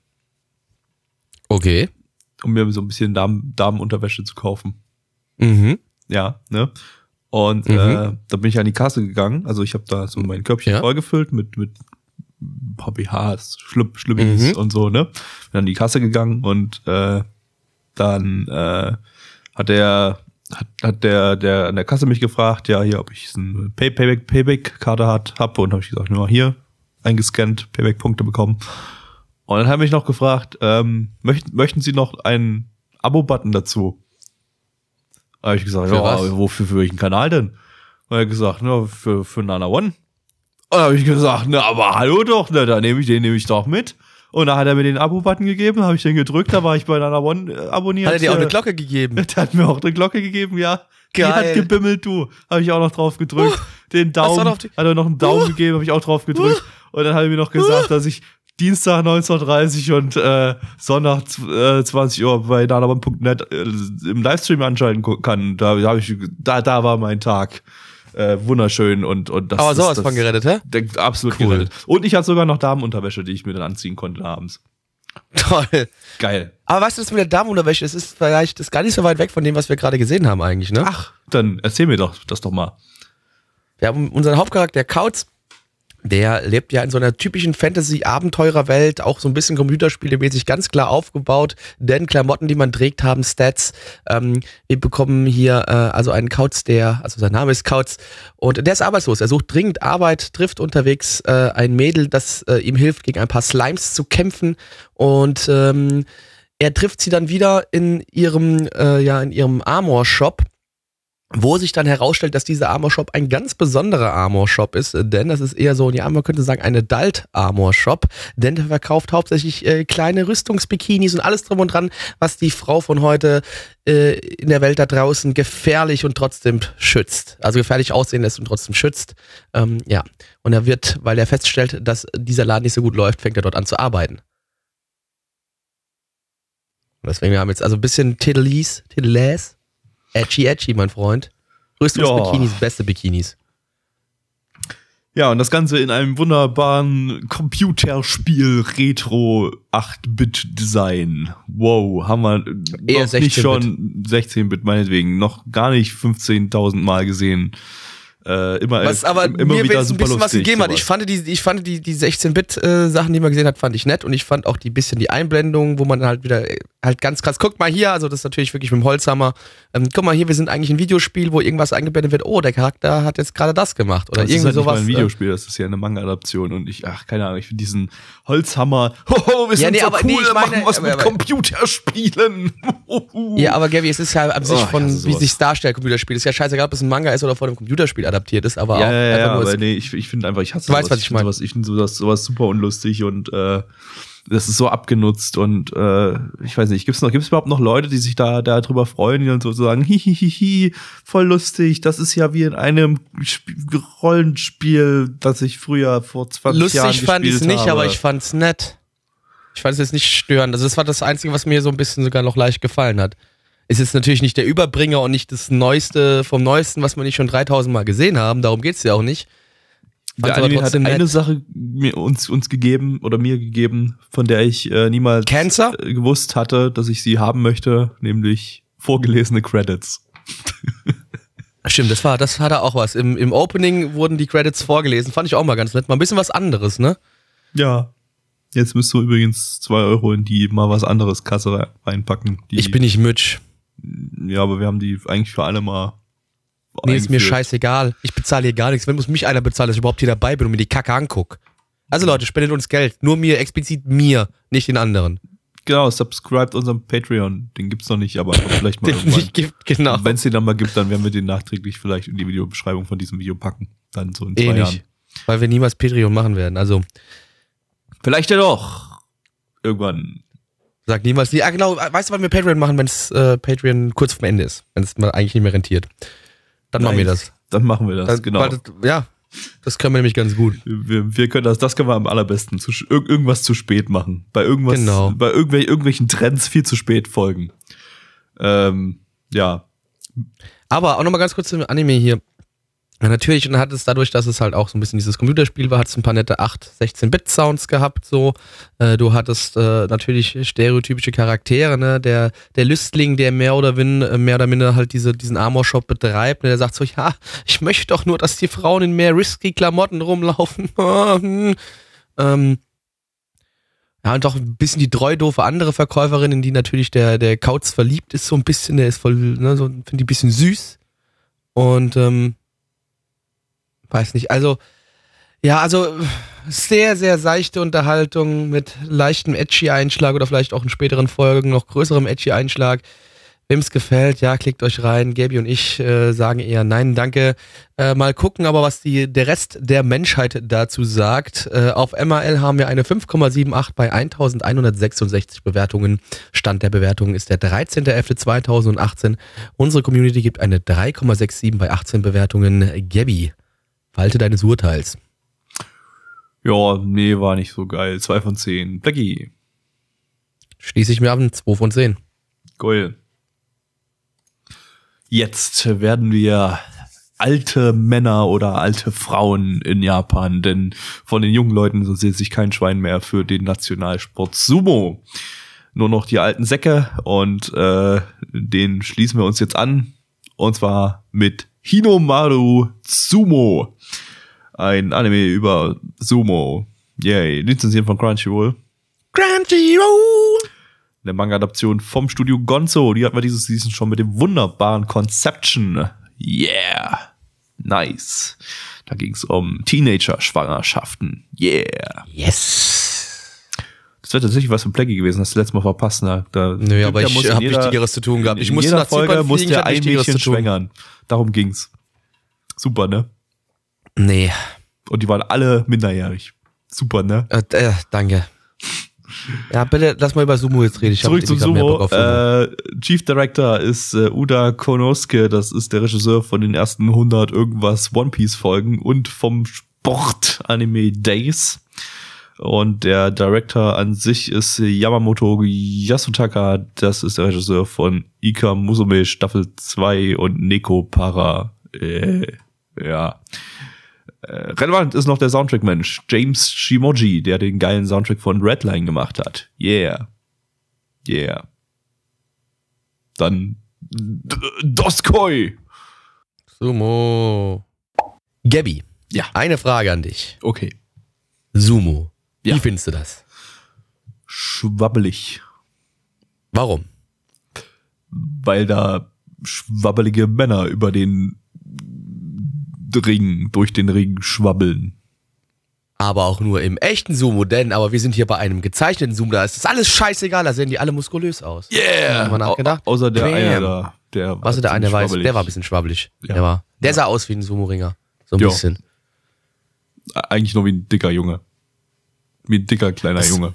Okay. Um mir so ein bisschen Damen, Damenunterwäsche zu kaufen. Mhm. Ja, ne? Und mhm. äh, da bin ich an die Kasse gegangen. Also ich habe da so mein Körbchen ja. vollgefüllt mit mit ein paar B Hs, Schlüpp, Schlüppis mhm. und so, ne? Bin an die Kasse gegangen und äh, dann äh, hat der hat, hat der der an der Kasse mich gefragt, ja, hier, ob ich eine Pay Payback Payback Karte hat habe, und habe ich gesagt, nur hier eingescannt, Payback Punkte bekommen. Und dann hat er mich noch gefragt, ähm, möchten möchten Sie noch einen Abo-Button dazu? Da habe ich gesagt, für ja, was? wofür, für welchen Kanal denn? Und er hat gesagt, na, für, für Nana One. Und da habe ich gesagt, na, aber hallo doch, na, da nehme ich den nehme ich doch mit. Und da hat er mir den Abo-Button gegeben, habe ich den gedrückt, da war ich bei Nana One äh, abonniert. Hat er dir auch eine Glocke gegeben? Der hat mir auch eine Glocke gegeben, ja. Geil. Die hat gebimmelt, du. Habe ich auch noch drauf gedrückt. Den Daumen, hat er noch einen Daumen gegeben, habe ich auch drauf gedrückt. Und dann hat er mir noch gesagt, dass ich Dienstag neunzehn Uhr dreißig und äh, Sonntag äh, zwanzig Uhr bei nanaone punkt net äh, im Livestream anschalten kann. Da, da, hab ich, da, da war mein Tag. Äh, wunderschön und, und das Aber sowas das, von gerettet, hä? Der, absolut cool. gerettet. Und ich hatte sogar noch Damenunterwäsche, die ich mir dann anziehen konnte abends. Toll. Geil. Aber weißt du, das mit der Damenunterwäsche, das ist vielleicht das ist gar nicht so weit weg von dem, was wir gerade gesehen haben eigentlich, ne? Ach, dann erzähl mir doch das doch mal. Wir haben unseren Hauptcharakter Kautz. Der lebt ja in so einer typischen Fantasy-Abenteurer-Welt, auch so ein bisschen computerspielemäßig ganz klar aufgebaut, denn Klamotten, die man trägt, haben Stats. Ähm, wir bekommen hier äh, also einen Kautz, der, also sein Name ist Kautz, und der ist arbeitslos. Er sucht dringend Arbeit, trifft unterwegs äh, ein Mädel, das äh, ihm hilft, gegen ein paar Slimes zu kämpfen, und ähm, er trifft sie dann wieder in ihrem, äh, ja, in ihrem Armor-Shop, wo sich dann herausstellt, dass dieser Armor-Shop ein ganz besonderer Armor-Shop ist, denn das ist eher so, ja, man könnte sagen, ein Adult-Armor-Shop, denn der verkauft hauptsächlich äh, kleine Rüstungsbikinis und alles drum und dran, was die Frau von heute äh, in der Welt da draußen gefährlich und trotzdem schützt. Also gefährlich aussehen lässt und trotzdem schützt. Ähm, ja, und er wird, weil er feststellt, dass dieser Laden nicht so gut läuft, fängt er dort an zu arbeiten. Und deswegen haben wir jetzt also ein bisschen Titellies, Titelläs. Edgy, edgy, mein Freund. Rüstungsbikinis, beste Bikinis. Ja, und das Ganze in einem wunderbaren Computerspiel Retro acht Bit Design. Wow, haben wir Eher noch nicht schon sechzehn Bit meinetwegen, noch gar nicht fünfzehntausend Mal gesehen. Äh, immer was aber immer mir wieder ein super bisschen was lustig, gegeben hat. Ich fand die, ich fand die, die sechzehn Bit äh, Sachen, die man gesehen hat, fand ich nett und ich fand auch die bisschen die Einblendungen, wo man halt wieder äh, halt ganz krass, guck mal hier, also das ist natürlich wirklich mit dem Holzhammer, ähm, guck mal hier, wir sind eigentlich ein Videospiel, wo irgendwas eingeblendet wird, oh, der Charakter hat jetzt gerade das gemacht oder das irgendwie ist halt sowas. Nicht mal ein Videospiel, das ist ja eine Manga-Adaption und ich, ach, keine Ahnung, ich finde diesen Holzhammer, hoho, wir sind ja, nee, so aber, cool, nee, wir machen meine, was aber, mit aber, Computerspielen. Ja, aber Gabi, es ist ja an sich oh, von, wie sich darstellt, Computerspiel, ist ja scheißegal, ob es ein Manga ist oder von einem Computerspiel adaptiert ist, aber ja, auch ja, einfach ja, nur aber nee, ich, ich finde einfach, ich hasse du sowas. weißt, was ich meine. Ich finde sowas, sowas super unlustig und äh, das ist so abgenutzt und äh, ich weiß nicht, gibt's noch, gibt's überhaupt noch Leute, die sich da da drüber freuen, die dann so sagen, hihihihi, voll lustig, das ist ja wie in einem Sp- Rollenspiel, das ich früher vor zwanzig lustig Jahren gespielt habe. Lustig fand ich es nicht, aber ich fand's nett. Ich fand es jetzt nicht störend. Also das war das Einzige, was mir so ein bisschen sogar noch leicht gefallen hat. Es ist natürlich nicht der Überbringer und nicht das Neueste vom Neuesten, was wir nicht schon dreitausend Mal gesehen haben, darum geht's ja auch nicht. Der Anime hat eine nett. Sache mir, uns, uns gegeben oder mir gegeben, von der ich äh, niemals Cancer? Äh, gewusst hatte, dass ich sie haben möchte, nämlich vorgelesene Credits. Stimmt, das war, das hatte auch was. Im, Im Opening wurden die Credits vorgelesen, fand ich auch mal ganz nett. Mal ein bisschen was anderes, ne? Ja. Jetzt müsst du übrigens zwei Euro in die mal was anderes Kasse reinpacken. Die, ich bin nicht Mitch. Ja, aber wir haben die eigentlich für alle mal Nee, ist mir scheißegal. Ich bezahle hier gar nichts. Wenn muss mich einer bezahlen, dass ich überhaupt hier dabei bin und mir die Kacke anguck. Also Leute, spendet uns Geld. Nur mir, explizit mir, nicht den anderen. Genau, subscribt unserem Patreon. Den gibt's noch nicht, aber vielleicht mal den irgendwann. Nicht gibt, genau. Wenn es den dann mal gibt, dann werden wir den nachträglich vielleicht in die Videobeschreibung von diesem Video packen. Dann so in zwei eh Jahren. Nicht, weil wir niemals Patreon machen werden. Also vielleicht ja doch. Irgendwann. Sag niemals nie. Ah genau, weißt du, wann wir Patreon machen, wenn es äh, Patreon kurz vorm Ende ist? Wenn es mal eigentlich nicht mehr rentiert. Dann Nein, machen wir das. Dann machen wir das, dann, genau. Das, ja, das können wir nämlich ganz gut. Wir, wir können das, das können wir am allerbesten. Zu, ir- irgendwas zu spät machen. Bei irgendwas, genau. bei irgendwel, irgendwelchen Trends viel zu spät folgen. Ähm, ja. Aber auch nochmal ganz kurz zum Anime hier. Ja, natürlich, und hat es dadurch, dass es halt auch so ein bisschen dieses Computerspiel war, hat es ein paar nette acht, sechzehn Bit Sounds gehabt, so. Äh, du hattest äh, natürlich stereotypische Charaktere, ne, der, der Lüstling, der mehr oder, win, mehr oder minder halt diese, diesen Armor-Shop betreibt, ne, der sagt so, ja, ich möchte doch nur, dass die Frauen in mehr risky Klamotten rumlaufen. ähm, ja, und doch ein bisschen die treu doofe andere Verkäuferin, in die natürlich der, der Kauz verliebt ist, so ein bisschen, der ist voll, ne, so, finde ich ein bisschen süß. Und, ähm, weiß nicht, also, ja, also sehr, sehr seichte Unterhaltung mit leichtem Edgy-Einschlag oder vielleicht auch in späteren Folgen noch größerem Edgy-Einschlag. Wem es gefällt, ja, klickt euch rein. Gabi und ich äh, sagen eher nein, danke. Äh, mal gucken, aber was die, der Rest der Menschheit dazu sagt. Äh, auf M A L haben wir eine fünf Komma achtundsiebzig bei eintausendeinhundertsechsundsechzig Bewertungen. Stand der Bewertungen ist der dreizehnter elfter zweitausendachtzehn. Unsere Community gibt eine drei Komma siebenundsechzig bei achtzehn Bewertungen. Gabi, falte deines Urteils. Ja, nee, war nicht so geil. zwei von zehn. Blackie. Schließe ich mir an, zwei von zehn. Geil. Jetzt werden wir alte Männer oder alte Frauen in Japan, denn von den jungen Leuten interessiert sich kein Schwein mehr für den Nationalsport Sumo. Nur noch die alten Säcke und äh, den schließen wir uns jetzt an. Und zwar mit Hinomaru Sumo. Ein Anime über Sumo. Yay. Lizenziert von Crunchyroll. Crunchyroll! Eine Manga-Adaption vom Studio Gonzo. Die hatten wir dieses Season schon mit dem wunderbaren Conception. Yeah. Nice. Da ging es um Teenager-Schwangerschaften. Yeah. Yes. Das wäre tatsächlich was für Blackie gewesen. Hast du letztes Mal verpasst. Ne? Da, Nö, aber ich habe Wichtigeres zu tun gehabt. Ich musste nach Folge musste der ein Mädchen schwängern. Darum ging's. Super, ne? Nee. Und die waren alle minderjährig. Super, ne? Äh, äh, danke. Ja, bitte, lass mal über Sumo jetzt reden. Ich Zurück zum Sumo. Äh, Chief Director ist äh, Uda Konosuke. Das ist der Regisseur von den ersten hundert irgendwas One Piece Folgen und vom Sport-Anime Days. Und der Director an sich ist Yamamoto Yasutaka. Das ist der Regisseur von Ika Musume Staffel zwei und Neko Para. Äh, ja. Äh, relevant ist noch der Soundtrack-Mensch. James Shimoji, der den geilen Soundtrack von Redline gemacht hat. Yeah. Yeah. Dann D- Doskoi. Sumo. Gabby. Ja. Eine Frage an dich. Okay. Sumo. Ja. Wie findest du das? Schwabbelig. Warum? Weil da schwabbelige Männer über den Ring, durch den Ring schwabbeln. Aber auch nur im echten Sumo, denn aber wir sind hier bei einem gezeichneten Sumo, da ist das alles scheißegal, da sehen die alle muskulös aus. Yeah! Haben wir nachgedacht? Au- außer der Bam. eine da. Der Was der eine ziemlich weiß, schwabbelig. der war ein bisschen schwabbelig. Ja. Der, war, der Ja. sah aus wie ein Sumo-Ringer. So ein Jo. bisschen. Eigentlich nur wie ein dicker Junge. Wie ein dicker kleiner Das- Junge.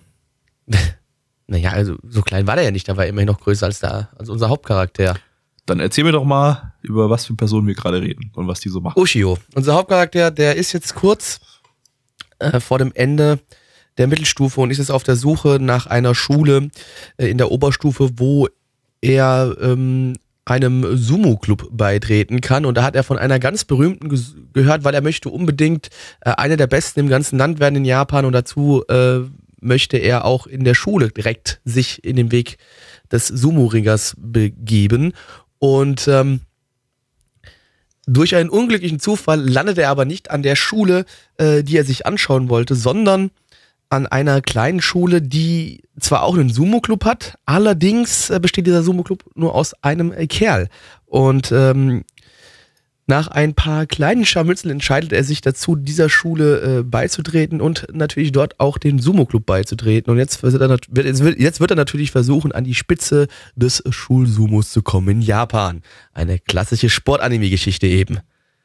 Naja, also so klein war der ja nicht, der war immerhin noch größer als, der, als unser Hauptcharakter. Dann erzähl mir doch mal, über was für Personen wir gerade reden und was die so machen. Ushio, unser Hauptcharakter, der ist jetzt kurz äh, vor dem Ende der Mittelstufe und ist jetzt auf der Suche nach einer Schule äh, in der Oberstufe, wo er ähm, einem Sumo-Club beitreten kann. Und da hat er von einer ganz berühmten ges- gehört, weil er möchte unbedingt äh, einer der Besten im ganzen Land werden in Japan und dazu äh, möchte er auch in der Schule direkt sich in den Weg des Sumo-Ringers begeben. Und ähm, durch einen unglücklichen Zufall landet er aber nicht an der Schule, äh, die er sich anschauen wollte, sondern an einer kleinen Schule, die zwar auch einen Sumo-Club hat, allerdings äh, besteht dieser Sumo-Club nur aus einem äh, Kerl. Und ähm, nach ein paar kleinen Scharmützeln entscheidet er sich dazu, dieser Schule äh, beizutreten und natürlich dort auch den Sumo-Club beizutreten. Und jetzt wird, er nat- wird, jetzt, wird, jetzt wird er natürlich versuchen, an die Spitze des Schulsumos zu kommen in Japan. Eine klassische Sportanime-Geschichte eben.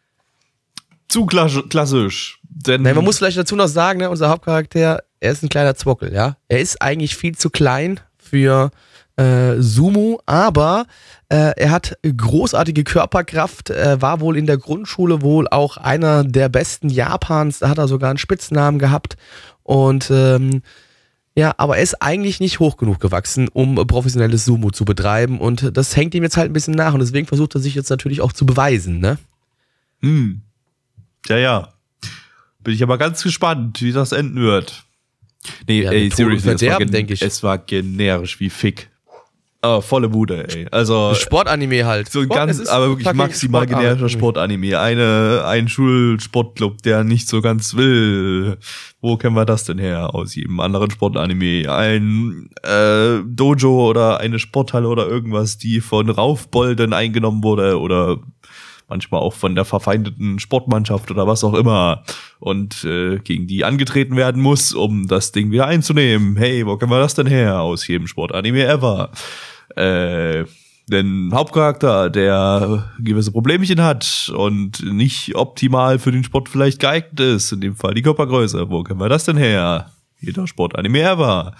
Zu klassisch. klassisch denn Nein, man muss vielleicht dazu noch sagen, ne, unser Hauptcharakter, er ist ein kleiner Zwockel, ja. Er ist eigentlich viel zu klein für äh, Sumo, aber äh, er hat großartige Körperkraft, äh, war wohl in der Grundschule wohl auch einer der besten Japans, da hat er sogar einen Spitznamen gehabt und ähm, ja, aber er ist eigentlich nicht hoch genug gewachsen, um professionelles Sumo zu betreiben und das hängt ihm jetzt halt ein bisschen nach und deswegen versucht er sich jetzt natürlich auch zu beweisen, ne? Hm. Ja, ja. Bin ich aber ganz gespannt, wie das enden wird. Nee, Ja, ey, mit Tod und seriously, es war, Verderben, gen- denk ich. es war generisch wie Fick. Ah, volle Bude, ey. Also, Sportanime halt. so ein Sport, es ganz, ist aber wirklich fucking maximal Sportart. generischer Sportanime. Eine, ein Schulsportclub, der nicht so ganz will. Wo kennen wir das denn her? Aus jedem anderen Sportanime. Ein äh, Dojo oder eine Sporthalle oder irgendwas, die von Raufbolden eingenommen wurde oder manchmal auch von der verfeindeten Sportmannschaft oder was auch immer und äh, gegen die angetreten werden muss, um das Ding wieder einzunehmen. Hey, wo kennen wir das denn her? Aus jedem Sportanime ever. Äh, den Hauptcharakter, der gewisse Problemchen hat und nicht optimal für den Sport vielleicht geeignet ist, in dem Fall die Körpergröße. Wo kennen wir das denn her? Jeder Sportanime ever.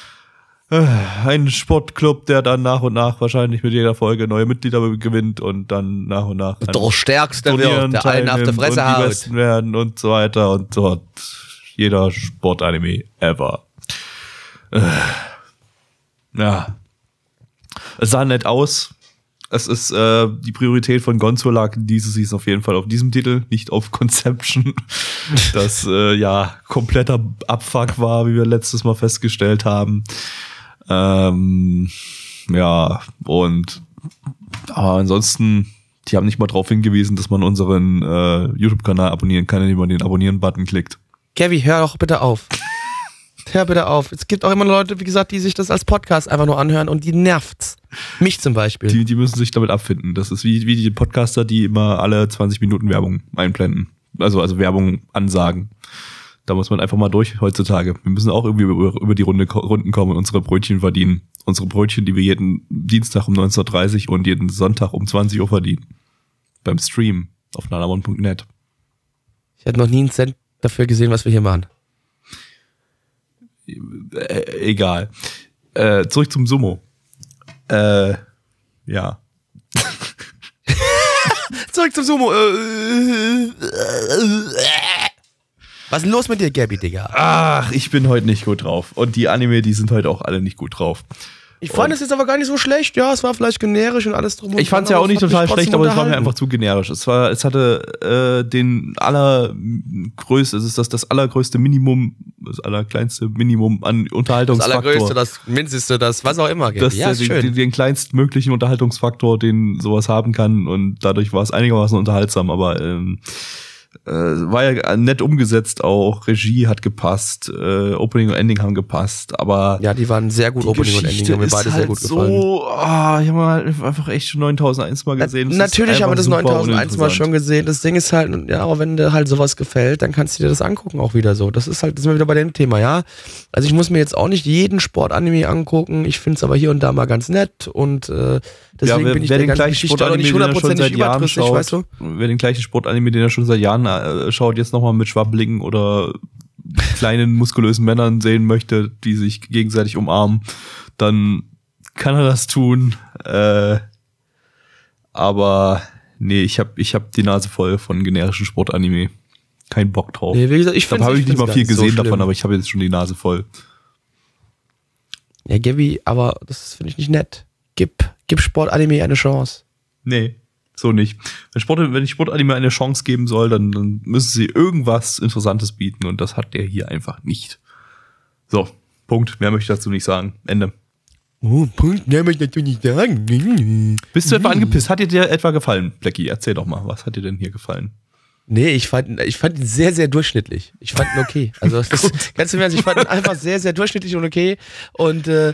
Ein Sportclub, der dann nach und nach wahrscheinlich mit jeder Folge neue Mitglieder gewinnt und dann nach und nach an Der Stärkste Turnieren wird, der allen auf der teilnimmt Fresse und die haut. Besten werden und so weiter und so fort. Jeder Sportanime ever. Äh, ja. Es sah nett aus. Es ist äh, die Priorität von Gonzo lag diese Season auf jeden Fall auf diesem Titel, nicht auf Conception. Das äh, ja kompletter Abfuck war, wie wir letztes Mal festgestellt haben. Ähm, ja, und aber ansonsten, die haben nicht mal darauf hingewiesen, dass man unseren äh, YouTube-Kanal abonnieren kann, indem man den Abonnieren-Button klickt. Kevin, hör doch bitte auf. Hör bitte auf. Es gibt auch immer Leute, wie gesagt, die sich das als Podcast einfach nur anhören und die nervt's. Mich zum Beispiel. Die, die müssen sich damit abfinden. Das ist wie, wie die Podcaster, die immer alle zwanzig Minuten Werbung einblenden. Also, also Werbung ansagen. Da muss man einfach mal durch heutzutage. Wir müssen auch irgendwie über, über die Runde, Runden kommen und unsere Brötchen verdienen. Unsere Brötchen, die wir jeden Dienstag um neunzehn Uhr dreißig und jeden Sonntag um zwanzig Uhr verdienen. Beim Stream auf nanamon punkt net. Ich hätte noch nie einen Cent dafür gesehen, was wir hier machen. Äh, egal. Äh, zurück zum Sumo. Äh, ja. Zurück zum Sumo. Äh, Was ist denn los mit dir, Gabby, Digga? Ach, ich bin heute nicht gut drauf. Und die Anime, die sind heute auch alle nicht gut drauf. Ich fand es jetzt aber gar nicht so schlecht. Ja, es war vielleicht generisch und alles drum und Ich fand es ja auch nicht total schlecht, aber es war mir einfach zu generisch. Es war, es hatte äh, den allergrößte, es ist das, das allergrößte Minimum, das allerkleinste Minimum an Unterhaltungsfaktor. Das allergrößte, das mindesteste, das was auch immer. Das, ja, den, den, den kleinstmöglichen Unterhaltungsfaktor, den sowas haben kann, und dadurch war es einigermaßen unterhaltsam, aber ähm, äh, war ja nett umgesetzt auch, Regie hat gepasst, äh, Opening und Ending haben gepasst, aber ja, die waren sehr gut, Opening und Ending, haben mir beide halt sehr gut gefallen. So, ah, ich habe mal einfach echt schon neuntausendeins Mal gesehen. Na, natürlich haben wir das neuntausendeins Mal schon gesehen. Das Ding ist halt, ja, aber wenn dir halt sowas gefällt, dann kannst du dir das angucken auch wieder so. Das ist halt, das sind wir wieder bei dem Thema, ja. Also ich muss mir jetzt auch nicht jeden Sportanime angucken, ich finde es aber hier und da mal ganz nett und äh, deswegen ja, wer, bin ich wer der den ganzen Geschichte auch nicht hundertprozentig überdrüssig, weißt du? Wer den gleichen Sportanime, den er schon seit Jahren äh, schaut, jetzt nochmal mit Schwabblingen oder kleinen, muskulösen Männern sehen möchte, die sich gegenseitig umarmen, dann kann er das tun. Äh, aber nee, ich hab, ich hab die Nase voll von generischen Sportanime. Kein Bock drauf. Nee, wie gesagt, ich da habe ich nicht mal viel gesehen so davon, aber ich habe jetzt schon die Nase voll. Ja, Gabby, aber das finde ich nicht nett. Gib, gib Sportanime eine Chance. Nee. So nicht. Wenn, Sport, wenn ich Sportanime eine Chance geben soll, dann, dann müssen sie irgendwas Interessantes bieten, und das hat der hier einfach nicht. So, Punkt. Mehr möchte ich dazu nicht sagen. Ende. Oh, Punkt. Mehr möchte ich dazu nicht sagen. Bist du etwa angepisst? Hat dir der etwa gefallen, Blackie? Erzähl doch mal, was hat dir denn hier gefallen? Nee, ich fand, ich fand ihn sehr, sehr durchschnittlich. Ich fand ihn okay. Also, das, ganz im Ernst, ich fand ihn einfach sehr, sehr durchschnittlich und okay. Und, äh,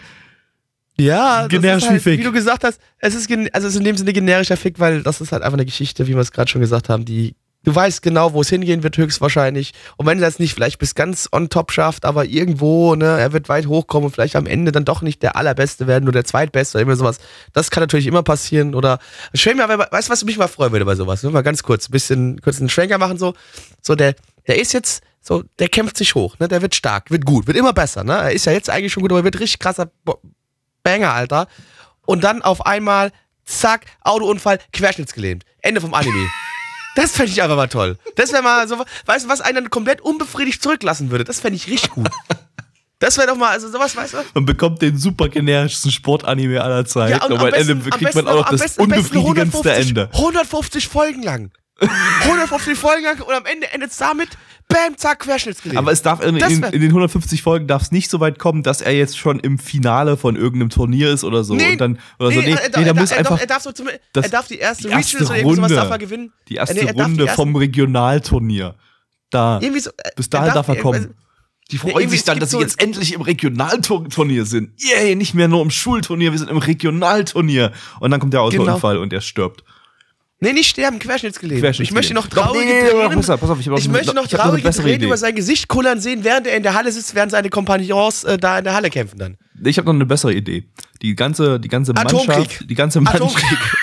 ja, das ist halt, wie du gesagt hast, es ist, also es ist in dem Sinne generischer Fick, weil das ist halt einfach eine Geschichte, wie wir es gerade schon gesagt haben, die, du weißt genau, wo es hingehen wird, höchstwahrscheinlich. Und wenn er das nicht vielleicht bis ganz on top schafft, aber irgendwo, ne, er wird weit hochkommen und vielleicht am Ende dann doch nicht der Allerbeste werden, nur der Zweitbeste oder immer sowas. Das kann natürlich immer passieren. Oder, schön mal, weißt du, was mich mal freuen würde bei sowas? Mal ganz kurz, ein bisschen, kurz einen Schwenker machen, so. So, der, der ist jetzt, so, der kämpft sich hoch, ne, der wird stark, wird gut, wird immer besser, ne. Er ist ja jetzt eigentlich schon gut, aber er wird richtig krasser Banger, Alter. Und dann auf einmal, zack, Autounfall, querschnittsgelähmt. Ende vom Anime. Das fände ich einfach mal toll. Das wäre mal so, weißt du, was einen dann komplett unbefriedigt zurücklassen würde? Das fände ich richtig gut. Das wäre doch mal, also sowas, weißt du? Man bekommt den super generischsten Sportanime aller Zeiten, ja, und, und am besten, Ende kriegt man auch noch das besten, unbefriedigendste Ende. hundertfünfzig Folgen lang. hundertfünfzig Folgen lang und am Ende endet es damit, bam, zack, querschnittsgelähmt. Aber es darf in, in, in den hundertfünfzig Folgen darf es nicht so weit kommen, dass er jetzt schon im Finale von irgendeinem Turnier ist oder so. Nee, und dann, oder nee, so. nee, er, nee, er, muss er, einfach er, darf so zum, er darf die erste, die erste Regionals Runde, oder sowas darf er gewinnen. Die erste nee, Runde die vom Regionalturnier. Da. So, bis dahin darf, darf er kommen. Die freuen sich dann, dass sie so jetzt endlich im Regionalturnier sind. Yay, nicht mehr nur im Schulturnier, wir sind im Regionalturnier. Und dann kommt der Autounfall genau. und er stirbt. Nee, nicht sterben, querschnittsgelähmt. Ich möchte noch traurige nee, nee, nee, pass auf, pass auf, ich, ich noch, möchte noch ich traurige noch Tränen über sein Gesicht kullern sehen, während er in der Halle sitzt, während seine Kompagnons äh, da in der Halle kämpfen dann. Ich habe noch eine bessere Idee. Die ganze, die ganze Mannschaft, die ganze Mannschaft,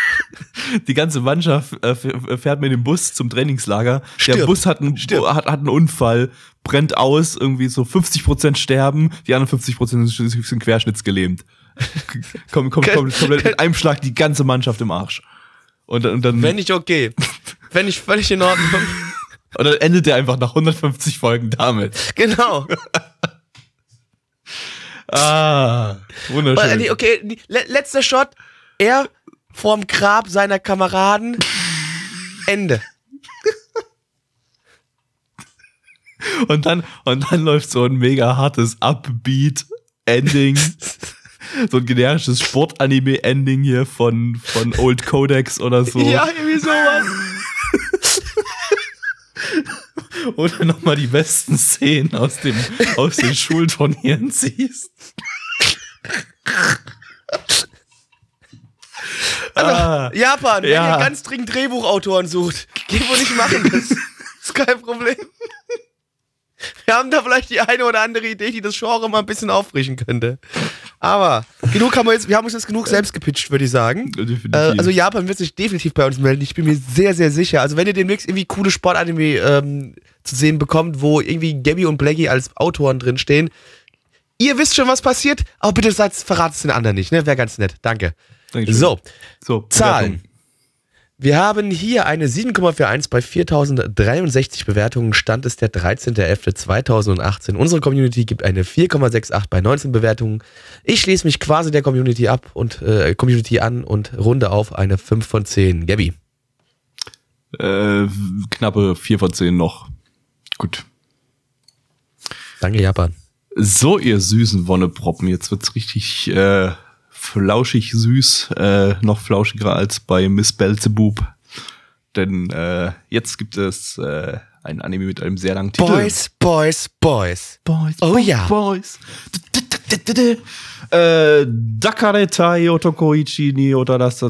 die ganze Mannschaft äh, fährt mit dem Bus zum Trainingslager. Stirb. Der Bus hat einen, hat, hat einen Unfall, brennt aus, irgendwie so fünfzig Prozent sterben, die anderen fünfzig Prozent sind querschnittsgelähmt. Kommt komm, komm, komplett mit einem Schlag die ganze Mannschaft im Arsch. Und, und dann, wenn nicht okay. Wenn nicht völlig in Ordnung. Und dann endet er einfach nach hundertfünfzig Folgen damit. Genau. Ah, wunderschön. Okay, letzter Shot. Er vorm Grab seiner Kameraden. Ende. Und dann, und dann läuft so ein mega hartes Upbeat-Ending. So ein generisches Sport-Anime-Ending hier von, von Old Codex oder so. Ja, irgendwie sowas. Oder nochmal die besten Szenen aus, dem, aus den Schulturnieren siehst. Also, ah, Japan, wenn ja. ihr ganz dringend Drehbuchautoren sucht, geht wohl nicht machen, das ist kein Problem. Wir haben da vielleicht die eine oder andere Idee, die das Genre mal ein bisschen auffrischen könnte. Aber genug haben wir jetzt, wir haben uns jetzt genug selbst gepitcht, würde ich sagen. Äh, also Japan wird sich definitiv bei uns melden. Ich bin mir sehr, sehr sicher. Also wenn ihr demnächst irgendwie coole Sportanime ähm, zu sehen bekommt, wo irgendwie Gabby und Blackie als Autoren drin stehen, ihr wisst schon, was passiert, aber bitte seid, verratet es den anderen nicht, ne? Wäre ganz nett. Danke. Dankeschön. So, so Zahlen. Wir haben hier eine sieben Komma einundvierzig bei viertausenddreiundsechzig Bewertungen. Stand ist der dreizehnter elfter zweitausendachtzehn. Unsere Community gibt eine vier Komma achtundsechzig bei neunzehn Bewertungen. Ich schließe mich quasi der Community ab und äh, Community an und runde auf eine fünf von zehn. Gabby? Äh, knappe vier von zehn noch. Gut. Danke, Japan. So, ihr süßen Wonneproppen, jetzt wird's richtig äh, flauschig süß, äh, noch flauschiger als bei Miss Belzebub. Denn äh, jetzt gibt es äh, ein Anime mit einem sehr langen Titel. Boys, Boys, Boys. Boys, oh Boys, ja. Boys. Äh, Dakaretai Otokoichi ni Otadas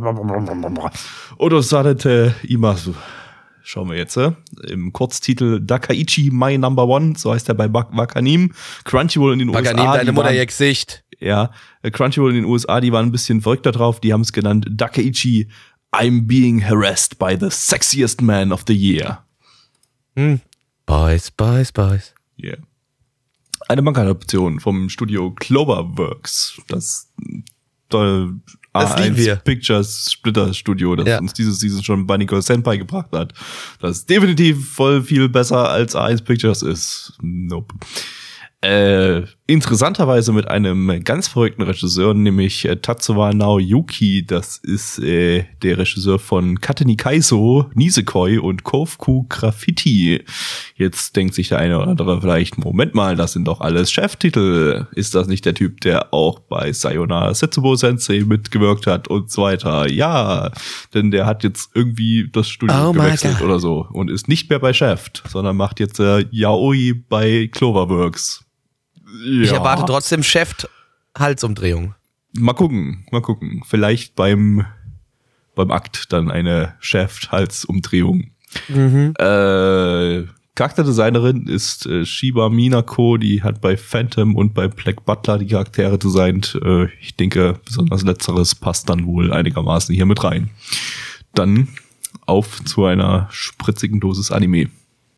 Odosarete Imasu. Schauen wir jetzt. Äh? Im Kurztitel Dakaichi My Number One, so heißt er bei Wakanim. Crunchyroll in den Wakanim, U S A. deine Mutter ihr Gesicht. Ja, Crunchyroll in den U S A, die waren ein bisschen verrückter drauf. Die haben es genannt Dakaichi I'm being harassed by the sexiest man of the year. Hm. Boys, Boys, Boys. Yeah. Eine Manga-Adaption vom Studio Cloverworks. Das tolle Das A eins lieben wir. Pictures Splitter Studio, das Ja. uns dieses Season schon bei Nicole Senpai gebracht hat. Das definitiv voll viel besser als A eins Pictures ist. Nope. Äh, interessanterweise mit einem ganz verrückten Regisseur, nämlich äh, Tatsuya Naoyuki. Das ist äh, der Regisseur von Kateni Kaiso, Nisekoi und Kofuku Graffiti. Jetzt denkt sich der eine oder andere vielleicht, Moment mal, das sind doch alles Cheftitel. Ist das nicht der Typ, der auch bei Sayonara Setsubo Sensei mitgewirkt hat und so weiter? Ja, denn der hat jetzt irgendwie das Studio Oh my gewechselt God. oder so und ist nicht mehr bei Chef, sondern macht jetzt äh, Yaoi bei Cloverworks. Ja. Ich erwarte trotzdem Chef-Halsumdrehung. Mal gucken, mal gucken. Vielleicht beim, beim Akt dann eine Chef-Halsumdrehung. Mhm. Äh, Charakterdesignerin ist äh, Shiba Minako, die hat bei Phantom und bei Black Butler die Charaktere designt. Äh, ich denke, besonders letzteres passt dann wohl einigermaßen hier mit rein. Dann auf zu einer spritzigen Dosis Anime.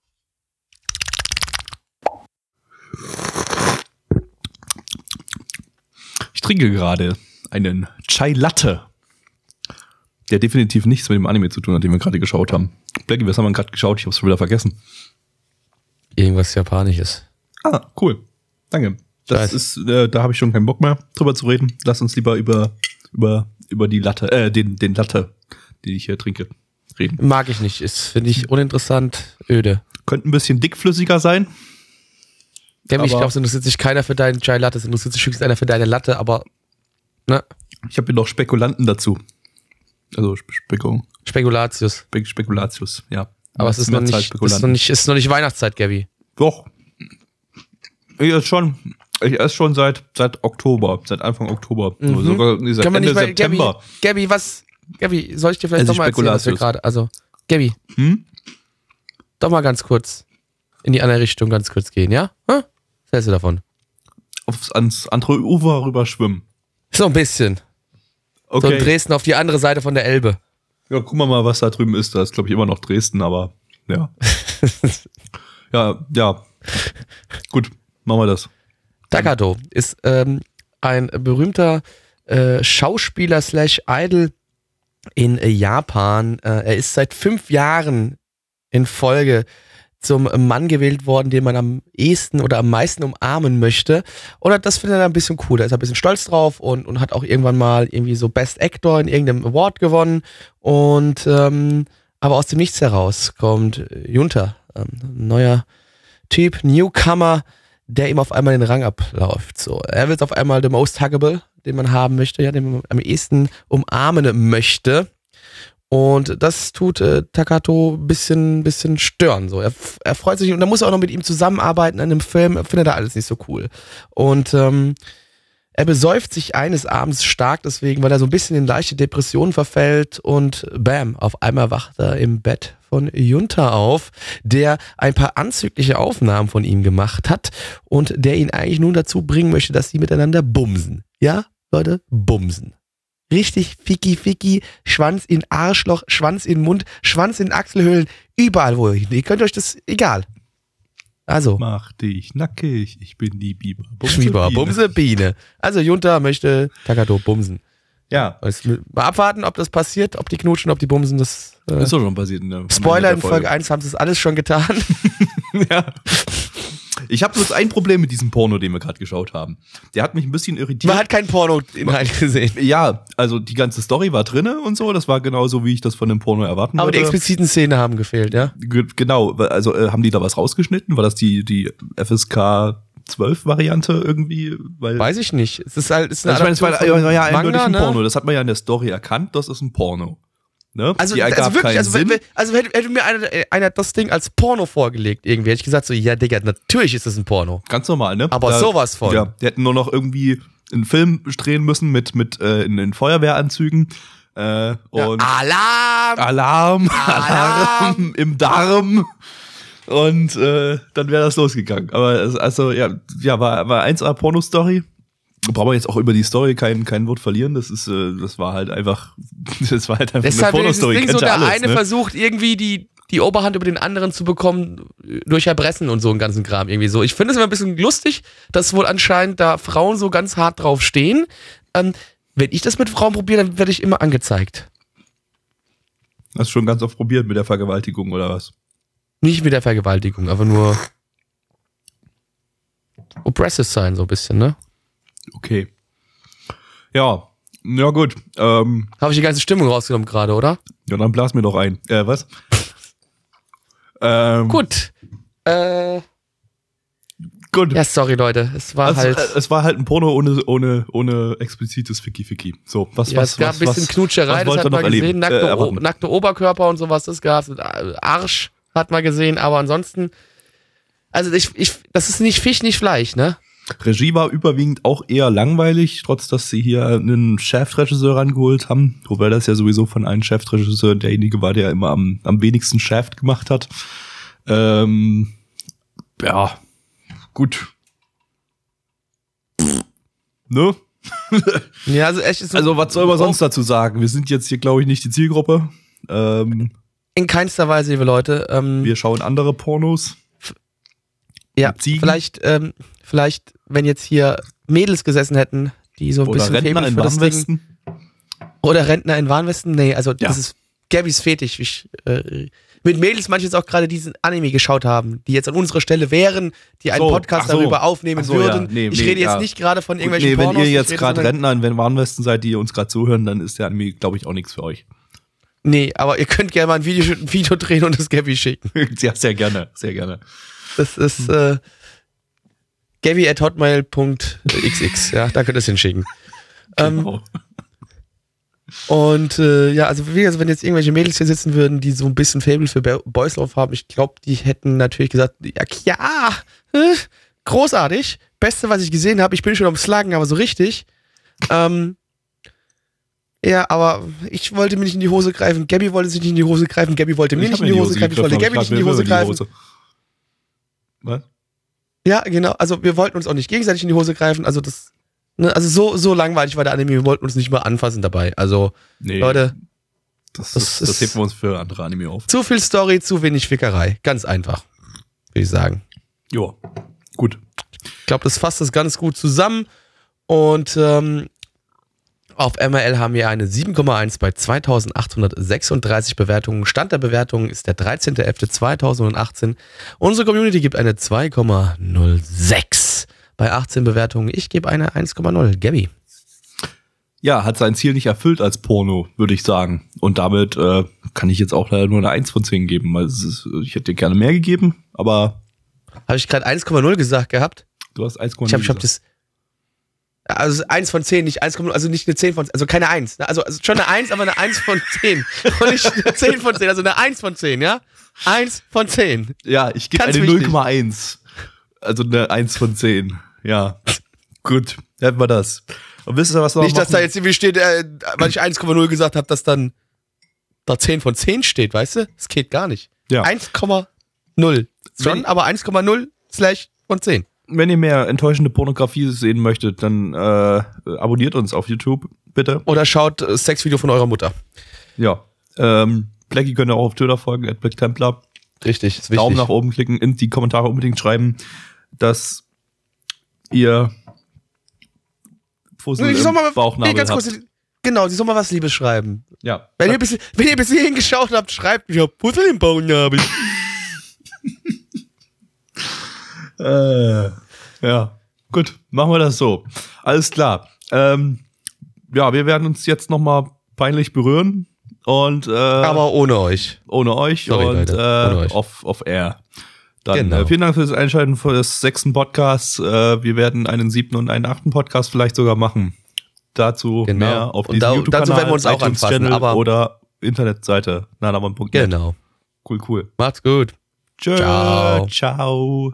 Ich trinke gerade einen Chai Latte, der definitiv nichts mit dem Anime zu tun hat, den wir gerade geschaut haben. Blackie, was haben wir gerade geschaut? Ich hab's schon wieder vergessen. Irgendwas Japanisches. Ah, cool. Danke. Das Scheiße. ist, äh, da habe ich schon keinen Bock mehr drüber zu reden. Lass uns lieber über, über, über die Latte, äh, den, den Latte, den ich hier trinke, reden. Mag ich nicht. Ist, finde ich, uninteressant, öde. Könnte ein bisschen dickflüssiger sein. Gabby, ich Aber- glaube, es interessiert sich keiner für deinen Chai Latte, es interessiert sich höchstens einer für deine Latte, aber ne, Ich habe hier noch Spekulanten dazu. Also Speko, Spekulatius. Spek Spekulatius, ja. Aber es ist noch, nicht, es ist noch nicht, es ist noch nicht Weihnachtszeit, Gabby. Doch. Ich esse schon, ich esse schon seit, seit Oktober, seit Anfang Oktober. Mhm. Sogar nee, seit Können wir Ende nicht mal, September. Gabby, Gabby, was, Gabby, soll ich dir vielleicht Also doch mal erzählen, was wir Spekulatius. gerade, also, Gabby, Hm? doch mal ganz kurz in die andere Richtung ganz kurz gehen, ja? Hm? Was hältst du davon? Aufs, ans andere Ufer rüber schwimmen. So ein bisschen. So in Okay. Dresden auf die andere Seite von der Elbe. Ja, gucken wir mal, was da drüben ist. Da ist, glaube ich, immer noch Dresden, aber ja. ja, ja. Gut, machen wir das. Takato ist ähm, ein berühmter äh, Schauspieler slash Idol in äh, Japan. Äh, er ist seit fünf Jahren in Folge zum Mann gewählt worden, den man am ehesten oder am meisten umarmen möchte. Und das findet er ein bisschen cool. Da ist er ein bisschen stolz drauf und, und hat auch irgendwann mal irgendwie so Best Actor in irgendeinem Award gewonnen. Und ähm, aber aus dem Nichts heraus kommt Junta, ähm, ein neuer Typ, Newcomer, der ihm auf einmal den Rang abläuft. So, er wird auf einmal the most huggable, den man haben möchte, ja, den man am ehesten umarmen möchte. Und das tut äh, Takato ein bisschen, bisschen stören. So. Er, er freut sich und dann muss er auch noch mit ihm zusammenarbeiten an einem Film. Er findet er alles nicht so cool. Und ähm, er besäuft sich eines Abends stark deswegen, weil er so ein bisschen in leichte Depressionen verfällt und bam, auf einmal wacht er im Bett von Junta auf, der ein paar anzügliche Aufnahmen von ihm gemacht hat und der ihn eigentlich nun dazu bringen möchte, dass sie miteinander bumsen. Ja, Leute, bumsen. Richtig ficky ficky, Schwanz in Arschloch, Schwanz in Mund, Schwanz in Achselhöhlen, überall wo ihr, ihr könnt euch das, egal. Also, Mach dich nackig, ich bin die Biber. Schwieber, Bumse, Biene. Also Junta möchte Takato bumsen. Ja. Mal abwarten, ob das passiert, ob die knutschen, ob die bumsen. Das äh, ist doch schon passiert. Ne? Spoiler, in Folge eins haben sie es alles schon getan. Ja. Ich habe bloß ein Problem mit diesem Porno, den wir gerade geschaut haben. Der hat mich ein bisschen irritiert. Man hat keinen Porno-Inhalt gesehen. Ja, also die ganze Story war drinne und so. Das war genauso, wie ich das von einem Porno erwarten Aber würde. die expliziten Szenen haben gefehlt, ja? G- genau, also äh, haben die da was rausgeschnitten? War das die, die F S K zwölf Variante irgendwie? Weil, Weiß ich nicht. Es ist halt, es ist eine also ich meine, es war Adaption ja, von ja eindeutig Manga, ein ne? Porno. Das hat man ja in der Story erkannt, das ist ein Porno. Ne? Also, die ergab also wirklich, keinen also, Sinn. wenn, also hätte, hätte mir einer, einer das Ding als Porno vorgelegt irgendwie, hätte ich gesagt so, ja Digga, natürlich ist das ein Porno. Ganz normal, ne? Aber da, sowas von. Ja, die hätten nur noch irgendwie einen Film drehen müssen mit, mit äh, in den Feuerwehranzügen. Äh, und ja, Alarm! Alarm! Alarm! Alarm im Darm! Und äh, dann wäre das losgegangen. Aber es- also, ja, ja, war, war eins A Porno-Story. Brauchen wir jetzt auch über die Story kein, kein Wort verlieren. Das ist, äh, das war halt einfach, das war halt einfach Deshalb eine ist das Porno-Story. Ding Kennt so, ja der alles, eine ne? versucht irgendwie die, die Oberhand über den anderen zu bekommen durch Erpressen und so einen ganzen Kram irgendwie so. Ich finde es immer ein bisschen lustig, dass wohl anscheinend da Frauen so ganz hart drauf stehen. Ähm, wenn ich das mit Frauen probiere, dann werde ich immer angezeigt. Hast du schon ganz oft probiert mit der Vergewaltigung oder was? Nicht mit der Vergewaltigung, aber nur oppressive sein so ein bisschen, ne? Okay. Ja, ja gut. Ähm, Habe ich die ganze Stimmung rausgenommen gerade, oder? ja, dann blas mir doch ein. Äh, was? ähm, Gut. Äh, Gut. ja, sorry, Leute. Es war Also, halt. äh, es war halt ein Porno ohne, ohne, ohne explizites Ficky-Ficky. So, was, Ja, was, es gab was, ein bisschen was, Knutscherei, was das wollt hat ihr noch man erleben? gesehen. Nackte, Äh, o erwarten? nackte Oberkörper und sowas, das gab's. Arsch hat man gesehen, aber ansonsten. Also, ich, ich, das ist nicht Fisch, nicht Fleisch, ne? Regie war überwiegend auch eher langweilig, trotz dass sie hier einen Chefregisseur rangeholt haben. Wobei das ja sowieso von einem Chefregisseur derjenige war, der immer am, am wenigsten Shaft gemacht hat. Ähm, ja, gut. Ne? Ja, also echt ist so Also, was soll man sonst dazu sagen? Wir sind jetzt hier, glaube ich, nicht die Zielgruppe. Ähm, in keinster Weise, liebe Leute. Ähm, wir schauen andere Pornos. ja, Ziegen. vielleicht, ähm, vielleicht, wenn jetzt hier Mädels gesessen hätten, die so ein Oder bisschen Rentner Faible in für das Ding- Warnwesten. Oder Rentner in Warnwesten? Nee, also Ja. das ist Gabys Fetisch. Ich, äh, mit Mädels manche jetzt auch gerade diesen Anime geschaut haben, die jetzt an unserer Stelle wären, die einen So, Podcast ach so. darüber aufnehmen Ach so, würden. ja. Nee, ich nee, rede jetzt ja. nicht gerade von Gut, irgendwelchen nee, wenn Pornos. ihr ich jetzt rede gerade sondern- Rentner in Warnwesten seid, die uns gerade zuhören, dann ist der Anime, glaube ich, auch nichts für euch. Nee, aber ihr könnt gerne mal ein Video, ein Video drehen und das Gabby schicken. Ja, sehr gerne, sehr gerne. Das ist äh, gabby at hotmail punkt x x. Ja, da könnt ihr es hinschicken. Ähm, Genau. Und äh, ja, also wie gesagt, wenn jetzt irgendwelche Mädels hier sitzen würden, die so ein bisschen Faible für Be- Boys Love haben, ich glaube, die hätten natürlich gesagt, ja, ja äh, großartig, beste, was ich gesehen habe, ich bin schon am Sluggen, aber so richtig. Ähm, ja, aber ich wollte mir nicht in die Hose greifen, Gabby wollte sich nicht in die Hose greifen, Gabby wollte mir Ich nicht hab in die Hose greifen, ich wollte gegriffen, Gabby aber nicht in die gerade Hose mir greifen. Hose. Was? Ja, genau, also wir wollten uns auch nicht gegenseitig in die Hose greifen, also das, ne, also so, so langweilig war der Anime, wir wollten uns nicht mal anfassen dabei, also Nee, Leute, das, das das, das ist- heben wir uns für andere Anime auf. zu viel Story, zu wenig Fickerei, ganz einfach, würde ich sagen. Ja, gut. Ich glaube, das fasst das ganz gut zusammen. Und ähm, auf M R L haben wir eine sieben Komma eins bei zweitausendachthundertsechsunddreißig Bewertungen. Stand der Bewertungen ist der dreizehnter elfter zweitausendachtzehn. Unsere Community gibt eine zwei Komma null sechs bei achtzehn Bewertungen. Ich gebe eine eins Komma null. Gabby. Ja, hat sein Ziel nicht erfüllt als Porno, würde ich sagen. Und damit äh, kann ich jetzt auch leider nur eine eins von zehn geben. Weil es ist, ich hätte dir gerne mehr gegeben, aber Habe ich gerade eins Komma null gesagt gehabt? du hast eins Komma null. Ich habe ich hab das. Also eins von zehn, nicht eins Komma null, also nicht eine zehn von zehn, also keine eins. ne? Also, also schon eine eins, aber eine eins von zehn. Und nicht eine zehn von zehn, also eine eins von zehn, ja? eins von zehn. Ja, ich gebe Ganz eine wichtig. null Komma eins. Also eine eins von zehn. Ja. Gut, hätten wir das. Und wisst ihr, was wir Nicht, dass machen? da jetzt irgendwie steht, äh, weil ich eins Komma null gesagt habe, dass dann da zehn von zehn steht, weißt du? Das geht gar nicht. Ja. eins Komma null. Schon, Wenn- aber eins Komma null slash von zehn. Wenn ihr mehr enttäuschende Pornografie sehen möchtet, dann äh, abonniert uns auf YouTube, bitte. Oder schaut äh, Sexvideo von eurer Mutter. Ja. Ähm, Blackie könnt ihr auch auf Twitter folgen, at Black Templar. Richtig, ist wichtig. Daumen nach oben klicken, in die Kommentare unbedingt schreiben, dass ihr Fussel Ich im sag mal, nee, Bauchnabel ganz kurz, habt. Genau, sie soll mal was Liebes schreiben. Ja. Wenn ihr bis, wenn ihr bis hierhin geschaut habt, schreibt mir, Puzzle im Bauchnabel. äh, ja, gut, machen wir das so. Alles klar. Ähm, ja, wir werden uns jetzt nochmal peinlich berühren. Und, äh, aber ohne euch. Ohne euch Sorry, und Leute, äh, ohne euch. Off, off Air. Dann Genau. äh, vielen Dank fürs Einschalten für das sechsten Podcast. Äh, wir werden einen siebten und einen achten Podcast vielleicht sogar machen. Dazu Genau. mehr auf Und diesem da- YouTube-Kanal, dazu werden wir uns auch iTunes-Channel anfassen, aber- oder Internetseite nanaman punkt net. Genau. Cool, cool. Macht's gut. Tschö, Ciao. ciao.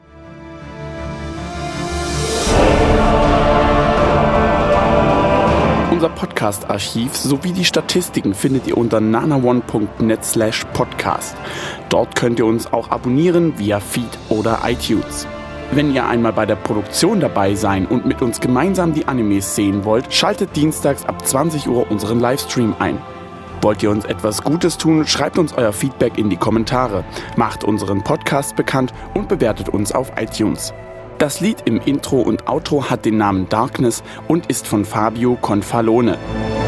Unser Podcast-Archiv sowie die Statistiken findet ihr unter nanaone punkt net slash podcast. Dort könnt ihr uns auch abonnieren via Feed oder iTunes. Wenn ihr einmal bei der Produktion dabei sein und mit uns gemeinsam die Animes sehen wollt, schaltet dienstags ab zwanzig Uhr unseren Livestream ein. Wollt ihr uns etwas Gutes tun, schreibt uns euer Feedback in die Kommentare, macht unseren Podcast bekannt und bewertet uns auf iTunes. Das Lied im Intro und Outro hat den Namen Darkness und ist von Fabio Confalone.